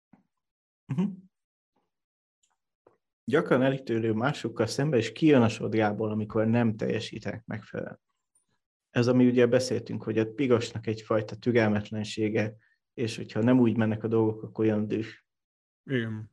Speaker 2: Gyakran elítélő másokkal szemben, és kijön a sodrából, amikor nem teljesítenek megfelelően. Ez, ami ugye beszéltünk, hogy a pirosnak egyfajta türelmetlensége, és hogyha nem úgy mennek a dolgok, akkor olyan düh.
Speaker 1: Igen.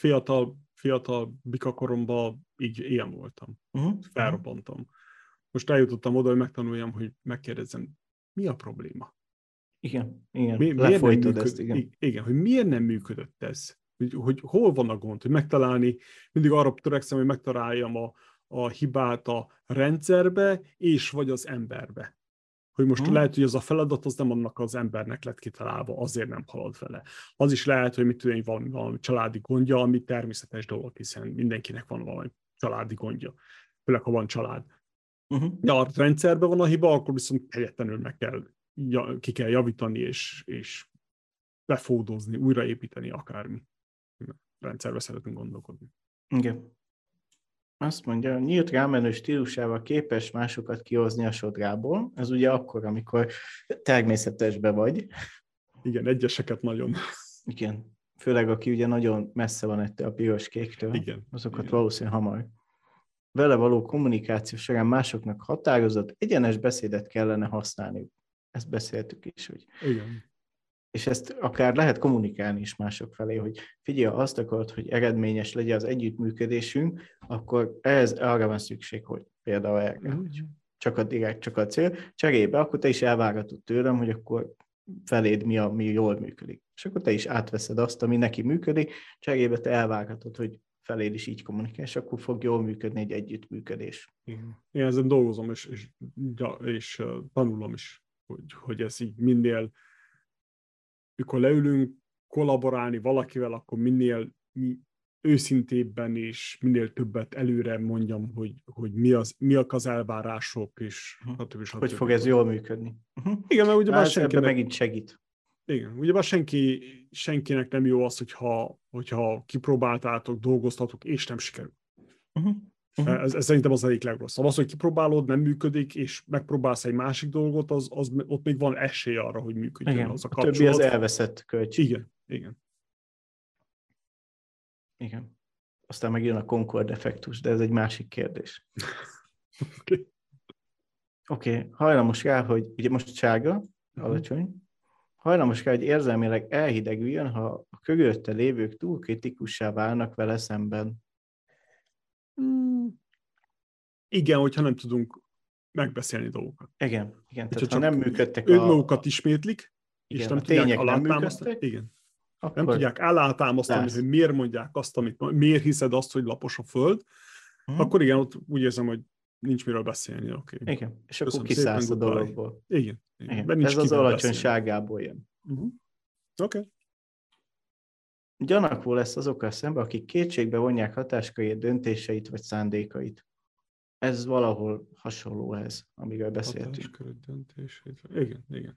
Speaker 1: Fiatal bikakoromban így ilyen voltam. Felrobbantam. Most eljutottam oda, hogy megtanuljam, hogy megkérdezzem, mi a probléma?
Speaker 2: Igen. Lefolytod ezt, igen.
Speaker 1: Igen, hogy miért nem működött ez? Hogy hol van a gond, hogy megtalálni, mindig arra törekszem, hogy megtaláljam a hibát a rendszerbe, és vagy az emberbe. Hogy most lehet, hogy az a feladat az nem annak az embernek lett kitalálva, azért nem halad vele. Az is lehet, hogy valami családi gondja, ami természetes dolog, hiszen mindenkinek van valami családi gondja, főleg ha van család. De a rendszerben van a hiba, akkor viszont helyetlenül ki kell javítani, és befódozni, újraépíteni akármi. Rendszerbe szeretünk gondolkodni.
Speaker 2: Igen. Azt mondja, nyílt rámenő stílusával képes másokat kihozni a sodrából. Ez ugye akkor, amikor természetesbe vagy.
Speaker 1: Igen, egyeseket nagyon.
Speaker 2: Igen. Főleg, aki ugye nagyon messze van ettől a piros-kéktől.
Speaker 1: Igen.
Speaker 2: Azokat valószínűleg hamar. Vele való kommunikáció során másoknak határozott, egyenes beszédet kellene használni. Ezt beszéltük is, hogy...
Speaker 1: Igen.
Speaker 2: És ezt akár lehet kommunikálni is mások felé, hogy figyelj, ha azt akarod, hogy eredményes legyen az együttműködésünk, akkor arra van szükség, hogy például erre, hogy csak a cél, cserébe, akkor te is elvárhatod tőlem, hogy akkor feléd mi jól működik. És akkor te is átveszed azt, ami neki működik, cserébe te elvárhatod, hogy feléd is így kommunikál, és akkor fog jól működni egy együttműködés.
Speaker 1: Igen. Én ezen dolgozom, és tanulom is, hogy ez így minél, mikor leülünk kollaborálni valakivel, akkor minél őszintébben és minél többet előre mondjam, hogy miak az elvárások, és stb.
Speaker 2: Hogy fog ez jól működni.
Speaker 1: Igen, mert ugyebár
Speaker 2: senkinek... megint segít.
Speaker 1: Igen, ugyebár senkinek nem jó az, hogyha kipróbáltátok, dolgoztatok, és nem sikerül. Ez szerintem az egyik legrosszabb. Az, hogy kipróbálod, nem működik, és megpróbálsz egy másik dolgot, ott még van esély arra, hogy működjön
Speaker 2: Igen,
Speaker 1: az a
Speaker 2: a
Speaker 1: kapcsolat.
Speaker 2: többi az elveszett költség.
Speaker 1: Igen.
Speaker 2: Aztán megjön a Concord effektus, de ez egy másik kérdés. Oké. Hajlamos rá, hogy ugye most sárga, alacsony, hajlamos rá, hogy érzelmileg elhidegüljön, ha a körülötte lévők túl kritikussá válnak vele szemben.
Speaker 1: Igen, hogyha nem tudunk megbeszélni dolgokat.
Speaker 2: Igen. Tehát ha
Speaker 1: csak
Speaker 2: nem működtek
Speaker 1: önmagukat ismétlik,
Speaker 2: igen,
Speaker 1: és nem
Speaker 2: a
Speaker 1: tudják
Speaker 2: tények nem
Speaker 1: alátámasztani.
Speaker 2: működtek,
Speaker 1: Igen.
Speaker 2: akkor
Speaker 1: Nem tudják alátámasztani, hogy miért mondják azt, miért hiszed azt, hogy lapos a föld, akkor igen, ott úgy érzem, hogy nincs miről beszélni. Okay.
Speaker 2: Igen, és akkor kiszállsz a dologból.
Speaker 1: Igen.
Speaker 2: Ez az alacsonyságából jön.
Speaker 1: Oké.
Speaker 2: Gyanakvó lesz azokkal szemben, akik kétségbe vonják hatáskörét, döntéseit vagy szándékait. Ez valahol hasonló ez, amiről beszéltünk.
Speaker 1: Hatáskörét, döntéseit. Igen.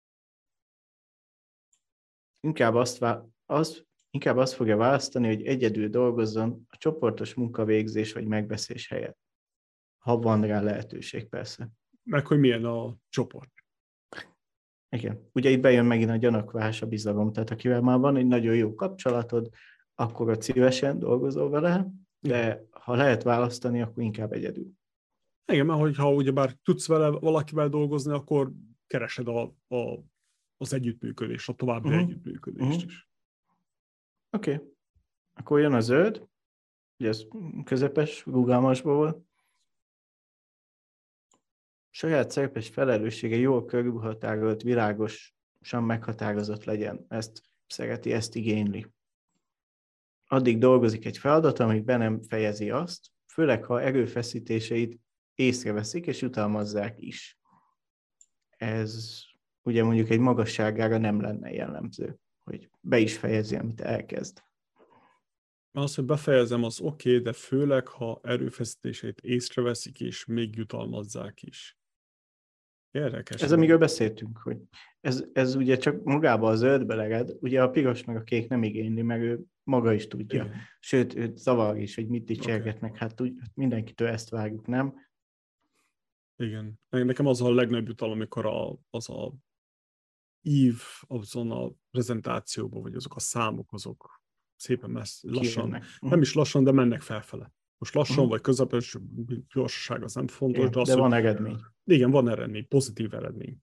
Speaker 2: Inkább azt fogja választani, hogy egyedül dolgozzon a csoportos munkavégzés vagy megbeszélés helyett. Ha van rá lehetőség, persze.
Speaker 1: Meg hogy milyen a csoport.
Speaker 2: Igen. Ugye itt bejön megint a gyanakvás, a bizalom. Tehát akivel már van egy nagyon jó kapcsolatod, akkor ott szívesen dolgozol vele, de ha lehet választani, akkor inkább egyedül.
Speaker 1: Igen, mert hogyha ugyebár tudsz valakivel dolgozni, akkor keresed az együttműködést, a további együttműködést is.
Speaker 2: Oké. Akkor jön a zöld. Ugye ez közepes, rugalmasból volt. Saját szerepes felelőssége jól körülhatárolt, világosan meghatározott legyen. Ezt szereti, ezt igényli. Addig dolgozik egy feladat, amíg be nem fejezi azt, főleg ha erőfeszítéseit észreveszik és jutalmazzák is. Ez ugye mondjuk egy magasságára nem lenne jellemző, hogy be is fejezi, amit elkezd.
Speaker 1: Az, hogy befejezem, az oké, de főleg, ha erőfeszítéseit észreveszik és még jutalmazzák is. Érdekes.
Speaker 2: Ez amiről beszéltünk, hogy ez ugye csak magába a zöldbe leged, ugye a piros meg a kék nem igényli, meg ő maga is tudja. Igen. Sőt, őt zavar is, hogy mit dicsergetnek, okay. Hát mindenkitől ezt várjuk, nem?
Speaker 1: Igen. Nekem az a legnagyobb jutalom, amikor az a ív azon a prezentációban, vagy azok a számok, azok szépen lassan, nem is lassan, de mennek felfele. Most lassan, vagy közepes, gyorsaság az nem fontos.
Speaker 2: Igen, de van eredmény.
Speaker 1: Igen, van eredmény, pozitív eredmény.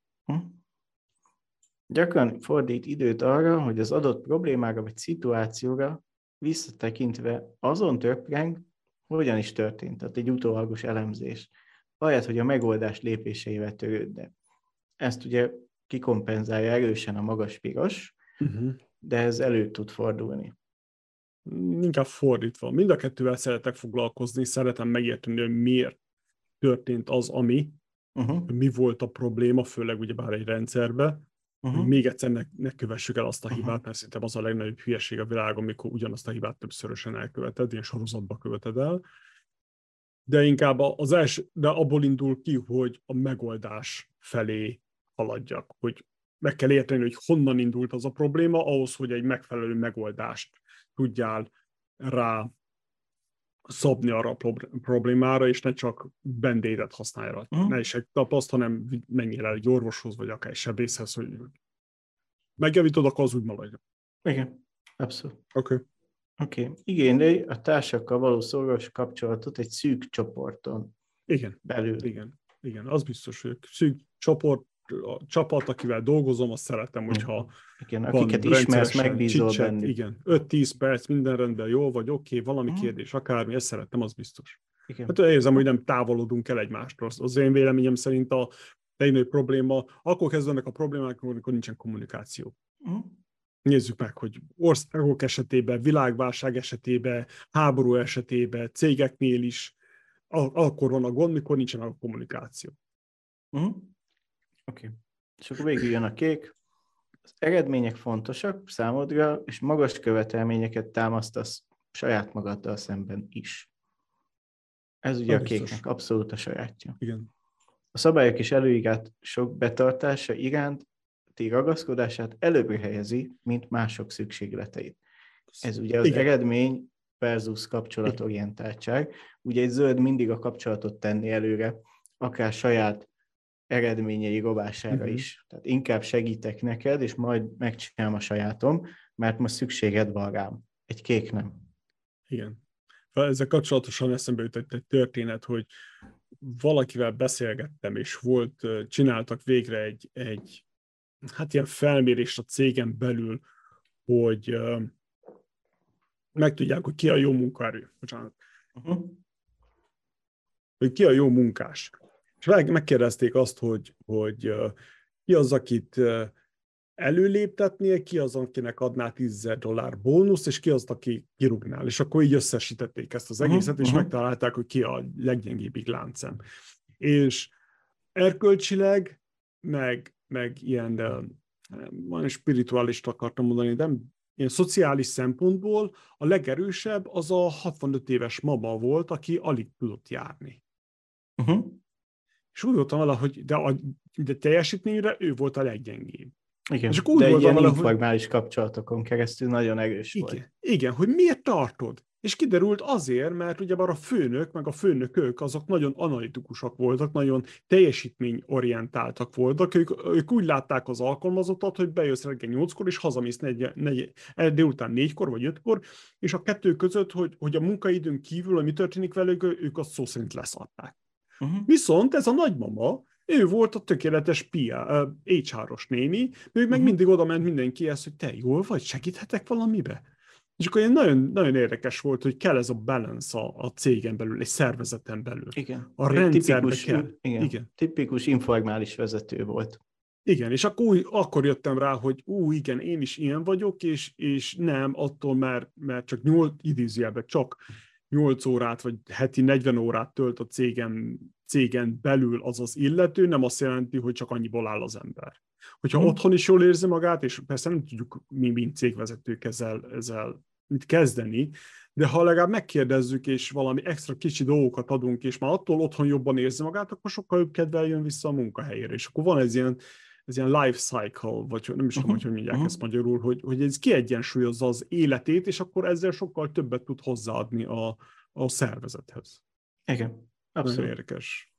Speaker 2: Gyakran fordít időt arra, hogy az adott problémára vagy szituációra visszatekintve azon töpreng, hogyan is történt, tehát egy utólagos elemzés. Ahelyett, hogy a megoldás lépéseivel törődne. Ezt ugye kikompenzálja erősen a magas piros, de ez elő tud fordulni.
Speaker 1: Inkább fordítva. Mind a kettővel szeretek foglalkozni, szeretem megérteni, hogy miért történt az, ami, mi volt a probléma, főleg ugyebár egy rendszerben, hogy még egyszer ne kövessük el azt a hibát, mert szerintem az a legnagyobb hülyeség a világon, amikor ugyanazt a hibát többszörösen elköveted, ilyen sorozatba követed el. De inkább de abból indul ki, hogy a megoldás felé haladjak, hogy meg kell érteni, hogy honnan indult az a probléma, ahhoz, hogy egy megfelelő megoldást tudjál rá szabni arra a problémára, és ne csak band-aidet használja. Ne is egy tapaszt, hanem menjél el egy orvoshoz, vagy akár egy sebészhez, hogy megjavítod, akkor az úgy maradjon.
Speaker 2: Igen, abszolút.
Speaker 1: Oké.
Speaker 2: Igényli a társakkal való szoros kapcsolatot egy szűk csoporton belül.
Speaker 1: Igen, az biztos, hogy szűk csoport, a csapat, akivel dolgozom, azt szeretem, hogyha
Speaker 2: akiket ismersz, megbízol bennük.
Speaker 1: Igen, 5-10 perc, minden rendben, jól vagy, oké, valami kérdés, akármi, ezt szeretem, az biztos.
Speaker 2: Igen.
Speaker 1: Hát érzem, hogy nem távolodunk el egymástól. Az én véleményem szerint a legnagyobb probléma, akkor kezdődnek a problémák, amikor nincsen kommunikáció. Nézzük meg, hogy országok esetében, világválság esetében, háború esetében, cégeknél is, akkor van a gond, mikor nincsen a kommunikáció.
Speaker 2: Oké. És akkor végül jön a kék. Az eredmények fontosak számodra, és magas követelményeket támasztasz saját magaddal szemben is. Ez ugye a kéknek abszolút a sajátja.
Speaker 1: Igen.
Speaker 2: A szabályok és előírások betartása iránti ragaszkodását előbbre helyezi, mint mások szükségleteit. Ez ugye az eredmény versus kapcsolatorientáltság. Ugye egy zöld mindig a kapcsolatot tenni előre, akár saját eredményei rovására is. Tehát inkább segítek neked, és majd megcsinálom a sajátom, mert most szükséged van rám. Egy kék nem.
Speaker 1: Igen. Ezzel kapcsolatosan eszembe jutott egy történet, hogy valakivel beszélgettem, és csináltak végre egy hát ilyen felmérést a cégen belül, hogy megtudják, hogy ki a jó munkaerő. Bocsánat. Hogy ki a jó munkás. És megkérdezték azt, hogy ki az, akit előléptetnél, ki az, akinek adná $10,000 bónuszt, és ki az, aki kirúgnál. És akkor így összesítették ezt az egészet, és megtalálták, hogy ki a leggyengébbik láncszem. És erkölcsileg, meg ilyen, van spiritualist akartam mondani, de ilyen szociális szempontból a legerősebb az a 65 éves mama volt, aki alig tudott járni. És úgy voltam vele, hogy de teljesítményre ő volt a leggyengébb.
Speaker 2: Igen, és de ilyen informális kapcsolatokon keresztül nagyon erős volt.
Speaker 1: Igen, hogy miért tartod? És kiderült azért, mert ugyebár a főnök, meg a főnökök, azok nagyon analitikusak voltak, nagyon teljesítményorientáltak voltak. Ők úgy látták az alkalmazottat, hogy bejössz reggel 8-kor, és hazamész délután 4-kor vagy 5-kor, és a kettő között, hogy a munkaidőn kívül, hogy mi történik velük, ők azt szó szerint leszarták. Viszont ez a nagymama, ő volt a tökéletes HR-os néni, ő meg mindig oda ment mindenkihez, hogy te jól vagy, segíthetek valamibe? És akkor nagyon, nagyon érdekes volt, hogy kell ez a balance a cégen belül, egy szervezeten belül.
Speaker 2: Igen.
Speaker 1: A rendszerbe kell.
Speaker 2: Igen. Tipikus informális vezető volt.
Speaker 1: Igen, és akkor jöttem rá, hogy igen, én is ilyen vagyok, és nem attól, mert csak 8 órát, vagy heti 40 órát tölt a cégen belül az az illető, nem azt jelenti, hogy csak annyiból áll az ember. Hogyha otthon is jól érzi magát, és persze nem tudjuk mi, mint cégvezetők ezzel mit kezdeni, de ha legalább megkérdezzük, és valami extra kicsi dolgokat adunk, és már attól otthon jobban érzi magát, akkor sokkal jobb kedvel jön vissza a munkahelyére. És akkor van ez ilyen life cycle, vagy nem is tudom, hogy mondják ezt magyarul, hogy ez kiegyensúlyozza az életét, és akkor ezzel sokkal többet tud hozzáadni a szervezethez.
Speaker 2: Igen, abszolút.
Speaker 1: Nagyon érdekes.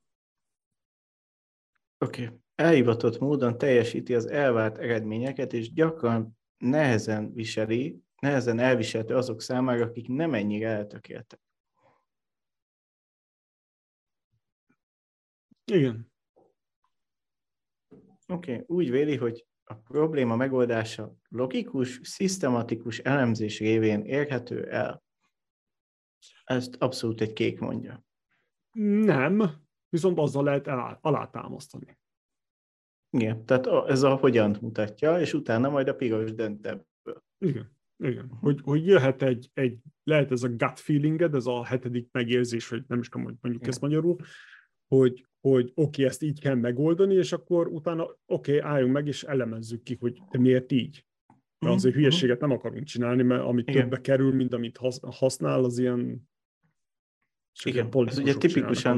Speaker 2: Oké. Elhivatott módon teljesíti az elvárt eredményeket, és gyakran nehezen elviselhető azok számára, akik nem ennyire eltökéltek.
Speaker 1: Igen.
Speaker 2: Oké. Úgy véli, hogy a probléma megoldása logikus, szisztematikus elemzés révén érhető el. Ezt abszolút egy kék mondja.
Speaker 1: Nem, viszont azzal lehet alátámasztani.
Speaker 2: Igen, tehát ez a hogyan mutatja, és utána majd a piros dönt ebből.
Speaker 1: Igen. Hogy jöhet lehet ez a gut feelinged, ez a 7. megérzés, vagy nem is tudom, hogy mondjuk ezt magyarul, hogy oké, ezt így kell megoldani, és akkor utána álljunk meg, és elemezzük ki, hogy te miért így. Mert azért hülyeséget nem akarunk csinálni, mert amit többbe kerül, mint amit használ, az ilyen...
Speaker 2: Igen, ez ugye tipikusan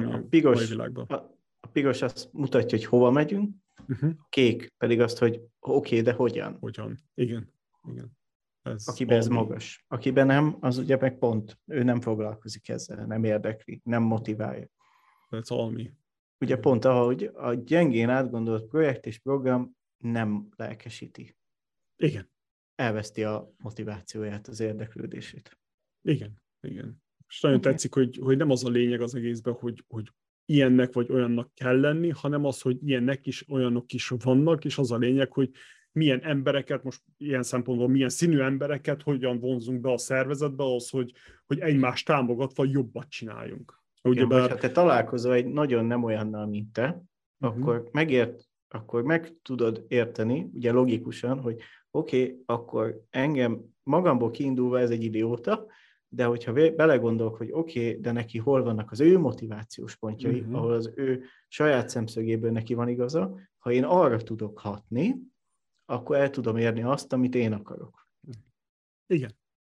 Speaker 2: a piros azt mutatja, hogy hova megyünk, a kék pedig azt, hogy oké, de hogyan.
Speaker 1: Hogyan, igen.
Speaker 2: Akiben ez magas. Akiben nem, az ugye meg pont, ő nem foglalkozik ezzel, nem érdekli, nem motiválja.
Speaker 1: Ez almi.
Speaker 2: Ugye pont ahogy a gyengén átgondolt projekt és program nem lelkesíti.
Speaker 1: Igen.
Speaker 2: Elveszti a motivációját, az érdeklődését.
Speaker 1: Igen. És nagyon tetszik, hogy nem az a lényeg az egészben, hogy ilyennek vagy olyannak kell lenni, hanem az, hogy ilyennek is, olyanok is vannak, és az a lényeg, hogy milyen embereket, most ilyen szempontból milyen színű embereket hogyan vonzunk be a szervezetbe ahhoz, hogy egymást támogatva jobbat csináljunk.
Speaker 2: Igen, vagy ha te találkozol egy nagyon nem olyannal, mint te, akkor meg tudod érteni, ugye logikusan, hogy oké, akkor engem magamból kiindulva ez egy idióta, de hogyha belegondolok, hogy oké, de neki hol vannak az ő motivációs pontjai, ahol az ő saját szemszögéből neki van igaza, ha én arra tudok hatni, akkor el tudom érni azt, amit én akarok.
Speaker 1: Igen.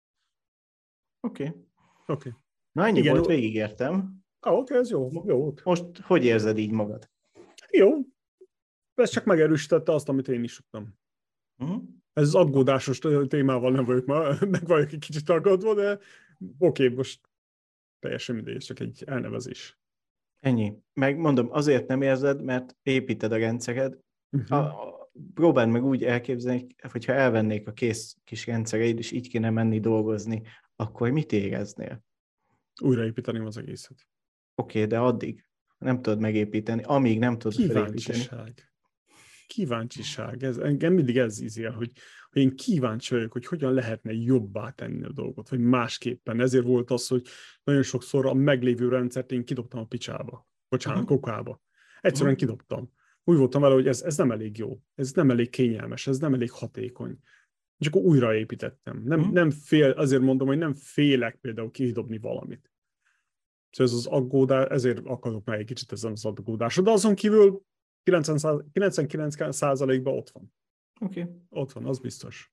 Speaker 2: Oké.
Speaker 1: Okay.
Speaker 2: Na, ennyi volt, végigértem.
Speaker 1: Oké, ez jó.
Speaker 2: Most hogy érzed így magad?
Speaker 1: Jó. Ez csak megerősítette azt, amit én is tudtam. Ez az aggódásos témával nem vagyok már, meg vagyok egy kicsit aggódva, Oké, most teljesen mindegy, csak egy elnevezés.
Speaker 2: Ennyi. Megmondom, azért nem érzed, mert építed a rendszered. Próbáld meg úgy elképzelni, hogyha elvennék a kész kis rendszereid, és így kéne menni dolgozni, akkor mit éreznél?
Speaker 1: Újraépíteném az egészet.
Speaker 2: Oké, de addig nem tudod megépíteni, amíg nem tudod felépíteni.
Speaker 1: Kíváncsiság. Engem mindig ez ízél, hogy én kíváncsi vagyok, hogy hogyan lehetne jobbá tenni a dolgot, vagy másképpen. Ezért volt az, hogy nagyon sokszor a meglévő rendszert én kidobtam a picsába. Bocsánat, kokába. Egyszerűen kidobtam. Úgy voltam vele, hogy ez nem elég jó, ez nem elég kényelmes, ez nem elég hatékony. És akkor újraépítettem. Azért mondom, hogy nem félek például kidobni valamit. Szóval ez az aggódás, ezért akadok meg egy kicsit ezen az aggódásra, de azon kívül 99%-ban ott van.
Speaker 2: Oké.
Speaker 1: Ott van, az biztos.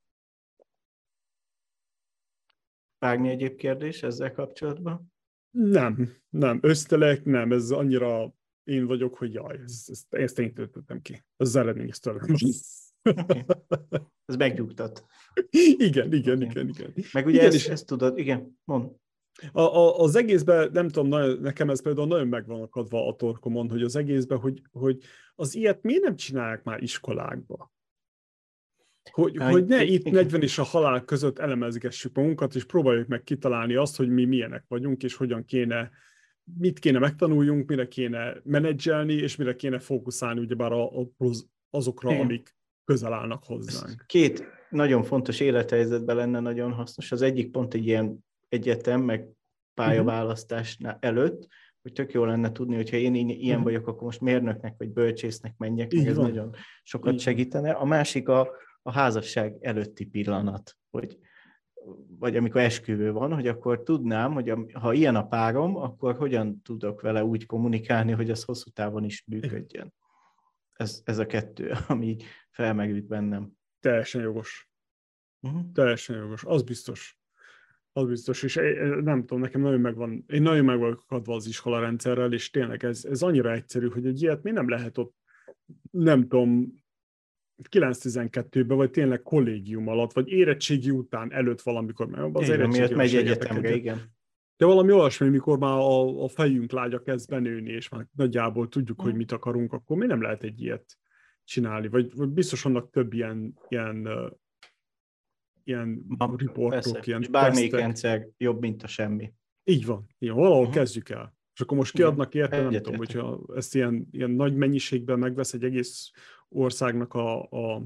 Speaker 2: Bármi egyéb kérdés ezzel kapcsolatban?
Speaker 1: Nem. Össztelek, nem. Ez annyira én vagyok, hogy jaj, ezt én töltöttem ki. Ez az eredmény, ezt tőlem.
Speaker 2: Okay. Ez megnyugtat.
Speaker 1: Igen.
Speaker 2: Meg ugye
Speaker 1: igen,
Speaker 2: ezt tudod, igen, mondd.
Speaker 1: Az egészben, nem tudom, nekem ez például nagyon meg van akadva a torkomon, hogy az egészben, hogy az ilyet miért nem csinálják már iskolákba? Hogy ne itt 40 és a halál között elemezgessük magunkat, és próbáljuk meg kitalálni azt, hogy mi milyenek vagyunk, és mit kéne megtanuljunk, mire kéne menedzselni, és mire kéne fókuszálni, ugyebár azokra, igen, amik közel állnak hozzánk.
Speaker 2: Két nagyon fontos élethelyzetben lenne nagyon hasznos. Az egyik pont egy ilyen egyetem, meg pályaválasztás előtt, hogy tök jó lenne tudni, hogyha én ilyen vagyok, akkor most mérnöknek vagy bölcsésznek menjek, meg ez nagyon sokat segítene. A másik a házasság előtti pillanat, vagy amikor esküvő van, hogy akkor tudnám, hogy ha ilyen a párom, akkor hogyan tudok vele úgy kommunikálni, hogy az hosszú távon is működjön. Ez a kettő, ami felmerült bennem.
Speaker 1: Teljesen jogos. Teljesen jogos. Az biztos, és nem tudom, nekem én nagyon meg vagyok akadva az iskolarendszerrel, és tényleg ez annyira egyszerű, hogy egy ilyet mi nem lehet ott, nem tudom, 9-12-ben, vagy tényleg kollégium alatt, vagy érettségi után előtt valamikor, mert az érettségi
Speaker 2: megy egyetemre, igen.
Speaker 1: De valami olyasmi, mikor már a fejünk lágya kezd benőni, és már nagyjából tudjuk, hogy mit akarunk, akkor mi nem lehet egy ilyet csinálni? Vagy biztos vannak több ilyen riportok,
Speaker 2: persze.
Speaker 1: ilyen
Speaker 2: és bármelyik
Speaker 1: tesztek.
Speaker 2: rendszer jobb, mint a semmi.
Speaker 1: Így van. Valahol kezdjük el. És akkor most kiadnak érte, nem tudom, hogyha ezt ilyen nagy mennyiségben megvesz egy egész országnak a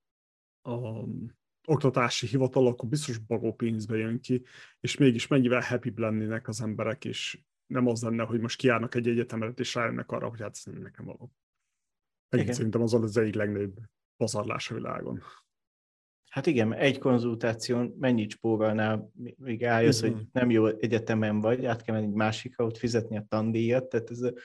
Speaker 1: oktatási hivatal, akkor biztos bagó pénzbe jön ki, és mégis mennyivel happy lennének az emberek, és nem az lenne, hogy most kijárnak egy egyetemet, és rájönnek arra, hogy hát ez nem nekem való. Szerintem az egyik legnagyobb pazarlás a világon.
Speaker 2: Hát igen, egy konzultáción mennyit spórolnál, míg eljössz, hogy nem jó egyetemen vagy, át kell menni egy másikra, ott fizetni a tandíjat, tehát ez a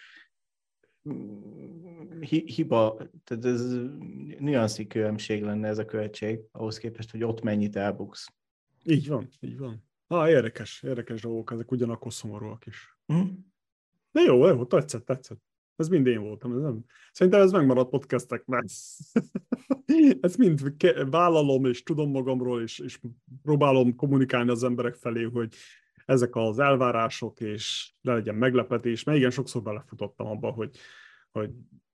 Speaker 2: hiba, tehát ez nüanszi különbség lenne ez a költség, ahhoz képest, hogy ott mennyit elbuksz.
Speaker 1: Így van. Érdekes dolgok, ezek ugyanakkor szomorúak is. De jó, tetszett. Ez mind én voltam. Szerintem ez megmaradt podcasteknek. Ezt mind vállalom, és tudom magamról, és próbálom kommunikálni az emberek felé, hogy ezek az elvárások, és ne legyen meglepetés, mert igen, sokszor belefutottam abba, hogy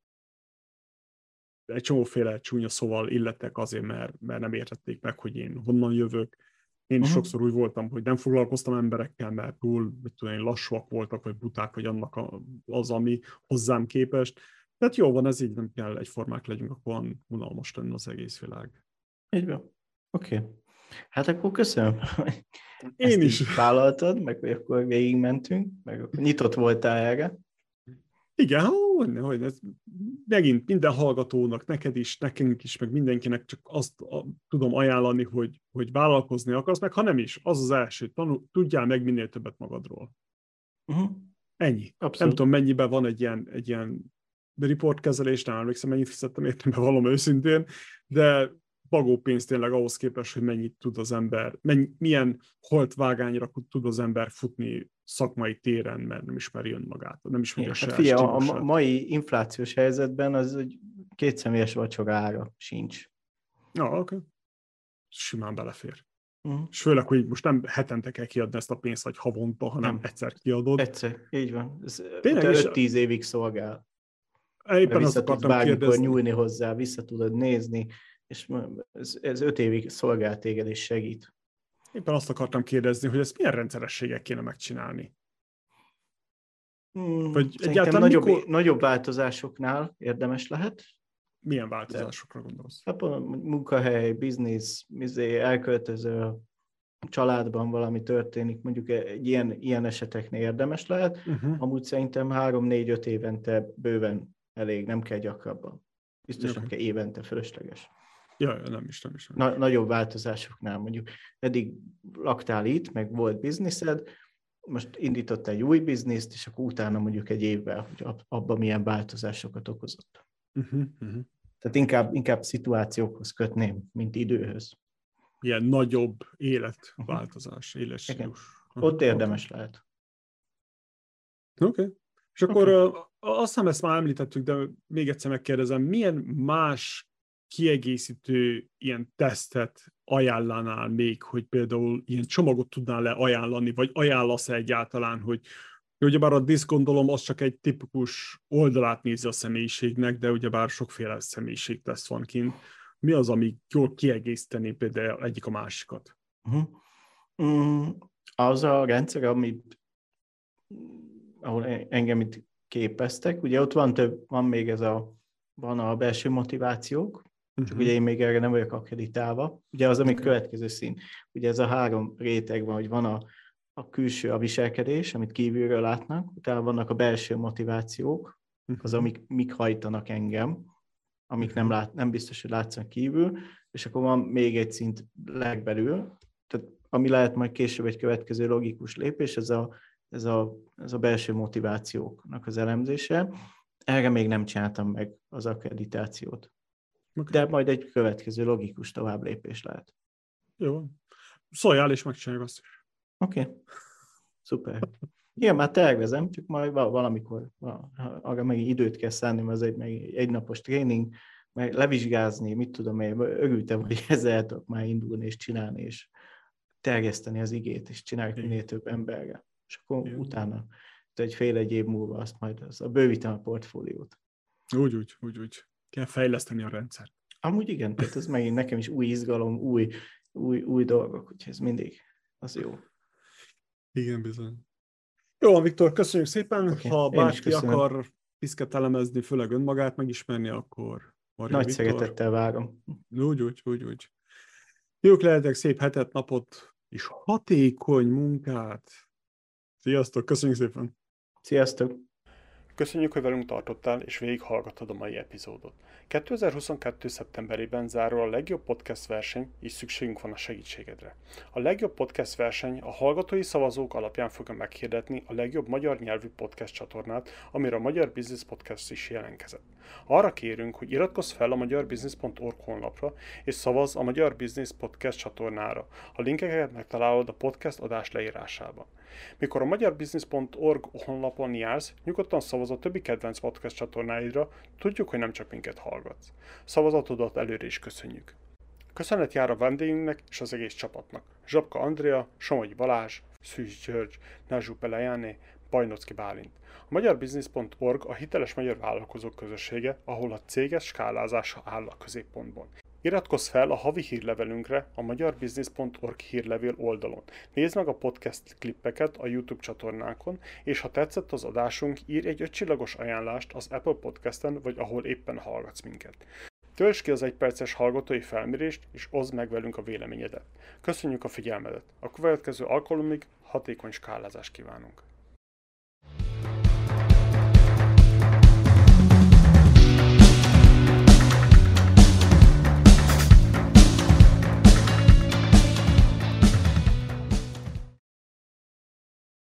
Speaker 1: egy csomóféle csúnya szóval illettek azért, mert nem értették meg, hogy én honnan jövök. Én is sokszor úgy voltam, hogy nem foglalkoztam emberekkel, mert túl lassúak voltak, vagy buták, vagy annak az, ami hozzám képest. Tehát jó van, ez így, nem kell egyformák legyünk, akkor unalmas lenne az egész világ.
Speaker 2: Így van. Oké. Hát akkor köszönöm.
Speaker 1: Én is.
Speaker 2: Vállaltad, meg hogy akkor végigmentünk, meg akkor nyitott voltál erre.
Speaker 1: Igen, hogy ez megint minden hallgatónak, neked is, nekünk is, meg mindenkinek csak azt tudom ajánlani, hogy vállalkozni akarsz, meg ha nem is, az az első, tudjál meg minél többet magadról. Ennyi.
Speaker 2: Abszolút.
Speaker 1: Nem tudom, mennyiben van egy ilyen riportkezelés, nem emlékszem, mennyit fizettem értem, bevallom őszintén, de bagó pénz tényleg ahhoz képest, hogy mennyit tud az ember, milyen holtvágányra tud az ember futni szakmai téren, mert nem ismeri önmagát, nem ismeri a saját stílusát.
Speaker 2: A mai inflációs helyzetben az, hogy 2 személyes vacsora ára sincs.
Speaker 1: Oké. Simán belefér. És főleg, hogy most nem hetente kell kiadni ezt a pénzt, vagy havonta, hanem egyszer kiadod.
Speaker 2: Egyszer, így van. Ez
Speaker 1: tényleg
Speaker 2: 5-10 évig szolgál.
Speaker 1: Éppen azt akartam kérdezni.
Speaker 2: nyúlni hozzá, vissza tudod nézni, és ez 5 évig szolgál téged és segít.
Speaker 1: Éppen azt akartam kérdezni, hogy ezt milyen rendszerességgel kéne megcsinálni?
Speaker 2: Vagy egyáltalán nagyobb változásoknál érdemes lehet.
Speaker 1: Milyen változásokra gondolsz?
Speaker 2: Hát munkahely, biznisz, elköltöző, családban valami történik, mondjuk egy ilyen eseteknél érdemes lehet. Amúgy szerintem 3-4-5 évente bőven elég, nem kell gyakrabban. Biztos nem kell évente, fölösleges.
Speaker 1: Ja, nem is.
Speaker 2: Nagyobb változásoknál mondjuk. Eddig laktál itt, meg volt bizniszed, most indítottál egy új bizniszt, és akkor utána mondjuk egy évvel, hogy abban milyen változásokat okozott. Tehát inkább szituációkhoz kötném, mint időhöz.
Speaker 1: Ilyen nagyobb életváltozás, életstílus.
Speaker 2: Ott érdemes lehet.
Speaker 1: Oké. És akkor azt hiszem, ezt már említettük, de még egyszer megkérdezem, milyen más kiegészítő ilyen tesztet ajánlanál még, hogy például ilyen csomagot tudnál leajánlani, vagy ajánlasz egyáltalán, hogy ugyebár a DISC, gondolom, az csak egy tipikus oldalát nézi a személyiségnek, de ugyebár sokféle személyiségteszt van kint. Mi az, ami jól kiegészíteni például egyik a másikat?
Speaker 2: Az a rendszer, ahol engem itt képeztek, ugye ott van még van a belső motivációk, csak ugye én még erre nem vagyok akkreditálva. Ugye az, ami következő szín. Ugye ez a 3 réteg van, hogy van a külső, a viselkedés, amit kívülről látnak, utána vannak a belső motivációk, az, mik hajtanak engem, amik nem biztos, hogy látszanak kívül, és akkor van még egy szint legbelül, tehát ami lehet majd később egy következő logikus lépés, ez a belső motivációknak az elemzése. Erre még nem csináltam meg az akkreditációt. De majd egy következő logikus továbblépés lehet.
Speaker 1: Jó. Szóljál, és megcsináljuk azt is.
Speaker 2: Oké. Szuper. Igen, már tervezem, csak majd valamikor arra meg időt kell szánni, mert ez egy napos tréning, meg levizsgázni, mit tudom én, örültem, hogy ezzel el tudok már indulni és csinálni, és terjeszteni az igét, és csinálni minél több emberre. És akkor utána, egy fél-egy év múlva azt bővítem a portfóliót.
Speaker 1: Úgy. Kell fejleszteni a rendszert.
Speaker 2: Amúgy igen, tehát ez megint nekem is új izgalom, új dolgok, úgyhogy ez mindig az jó.
Speaker 1: Igen, bizony. Jó, Viktor, köszönjük szépen. Okay. Ha bárki akar diszket elemezni, főleg önmagát megismerni, akkor
Speaker 2: Maria Nagy Viktor. Szeretettel várom.
Speaker 1: Úgy. Jók lehetek, szép hetet, napot, és hatékony munkát. Sziasztok, köszönjük szépen.
Speaker 2: Sziasztok.
Speaker 1: Köszönjük, hogy velünk tartottál, és végighallgattad a mai epizódot. 2022. szeptemberében zárul a legjobb podcast verseny, és szükségünk van a segítségedre. A legjobb podcast verseny a hallgatói szavazók alapján fogja meghirdetni a legjobb magyar nyelvű podcast csatornát, amire a Magyar Business Podcast is jelentkezett. Arra kérünk, hogy iratkozz fel a magyarbusiness.org honlapra, és szavazz a Magyar Business Podcast csatornára. A linkeket megtalálod a podcast adás leírásában. Mikor a magyarbusiness.org honlapon jársz, nyugodtan szavaz a többi kedvenc podcast csatornáidra, tudjuk, hogy nem csak minket hallgatsz. Szavazatodat előre is köszönjük. Köszönet jár a vendégünknek és az egész csapatnak. Zsapka Andrea, Somogyi Balázs, Szűz György, Nazsú Pelejáné, Bajnocki Bálint. A magyarbusiness.org a hiteles magyar vállalkozók közössége, ahol a céges skálázása áll a középpontban. Iratkozz fel a havi hírlevelünkre a magyarbusiness.org hírlevél oldalon. Nézd meg a podcast klippeket a YouTube csatornánkon, és ha tetszett az adásunk, írj egy 5 csillagos ajánlást az Apple Podcasten, vagy ahol éppen hallgatsz minket. Töltsd ki az 1 perces hallgatói felmérést, és oszd meg velünk a véleményedet. Köszönjük a figyelmedet! A következő alkalomig hatékony skálázást kívánunk!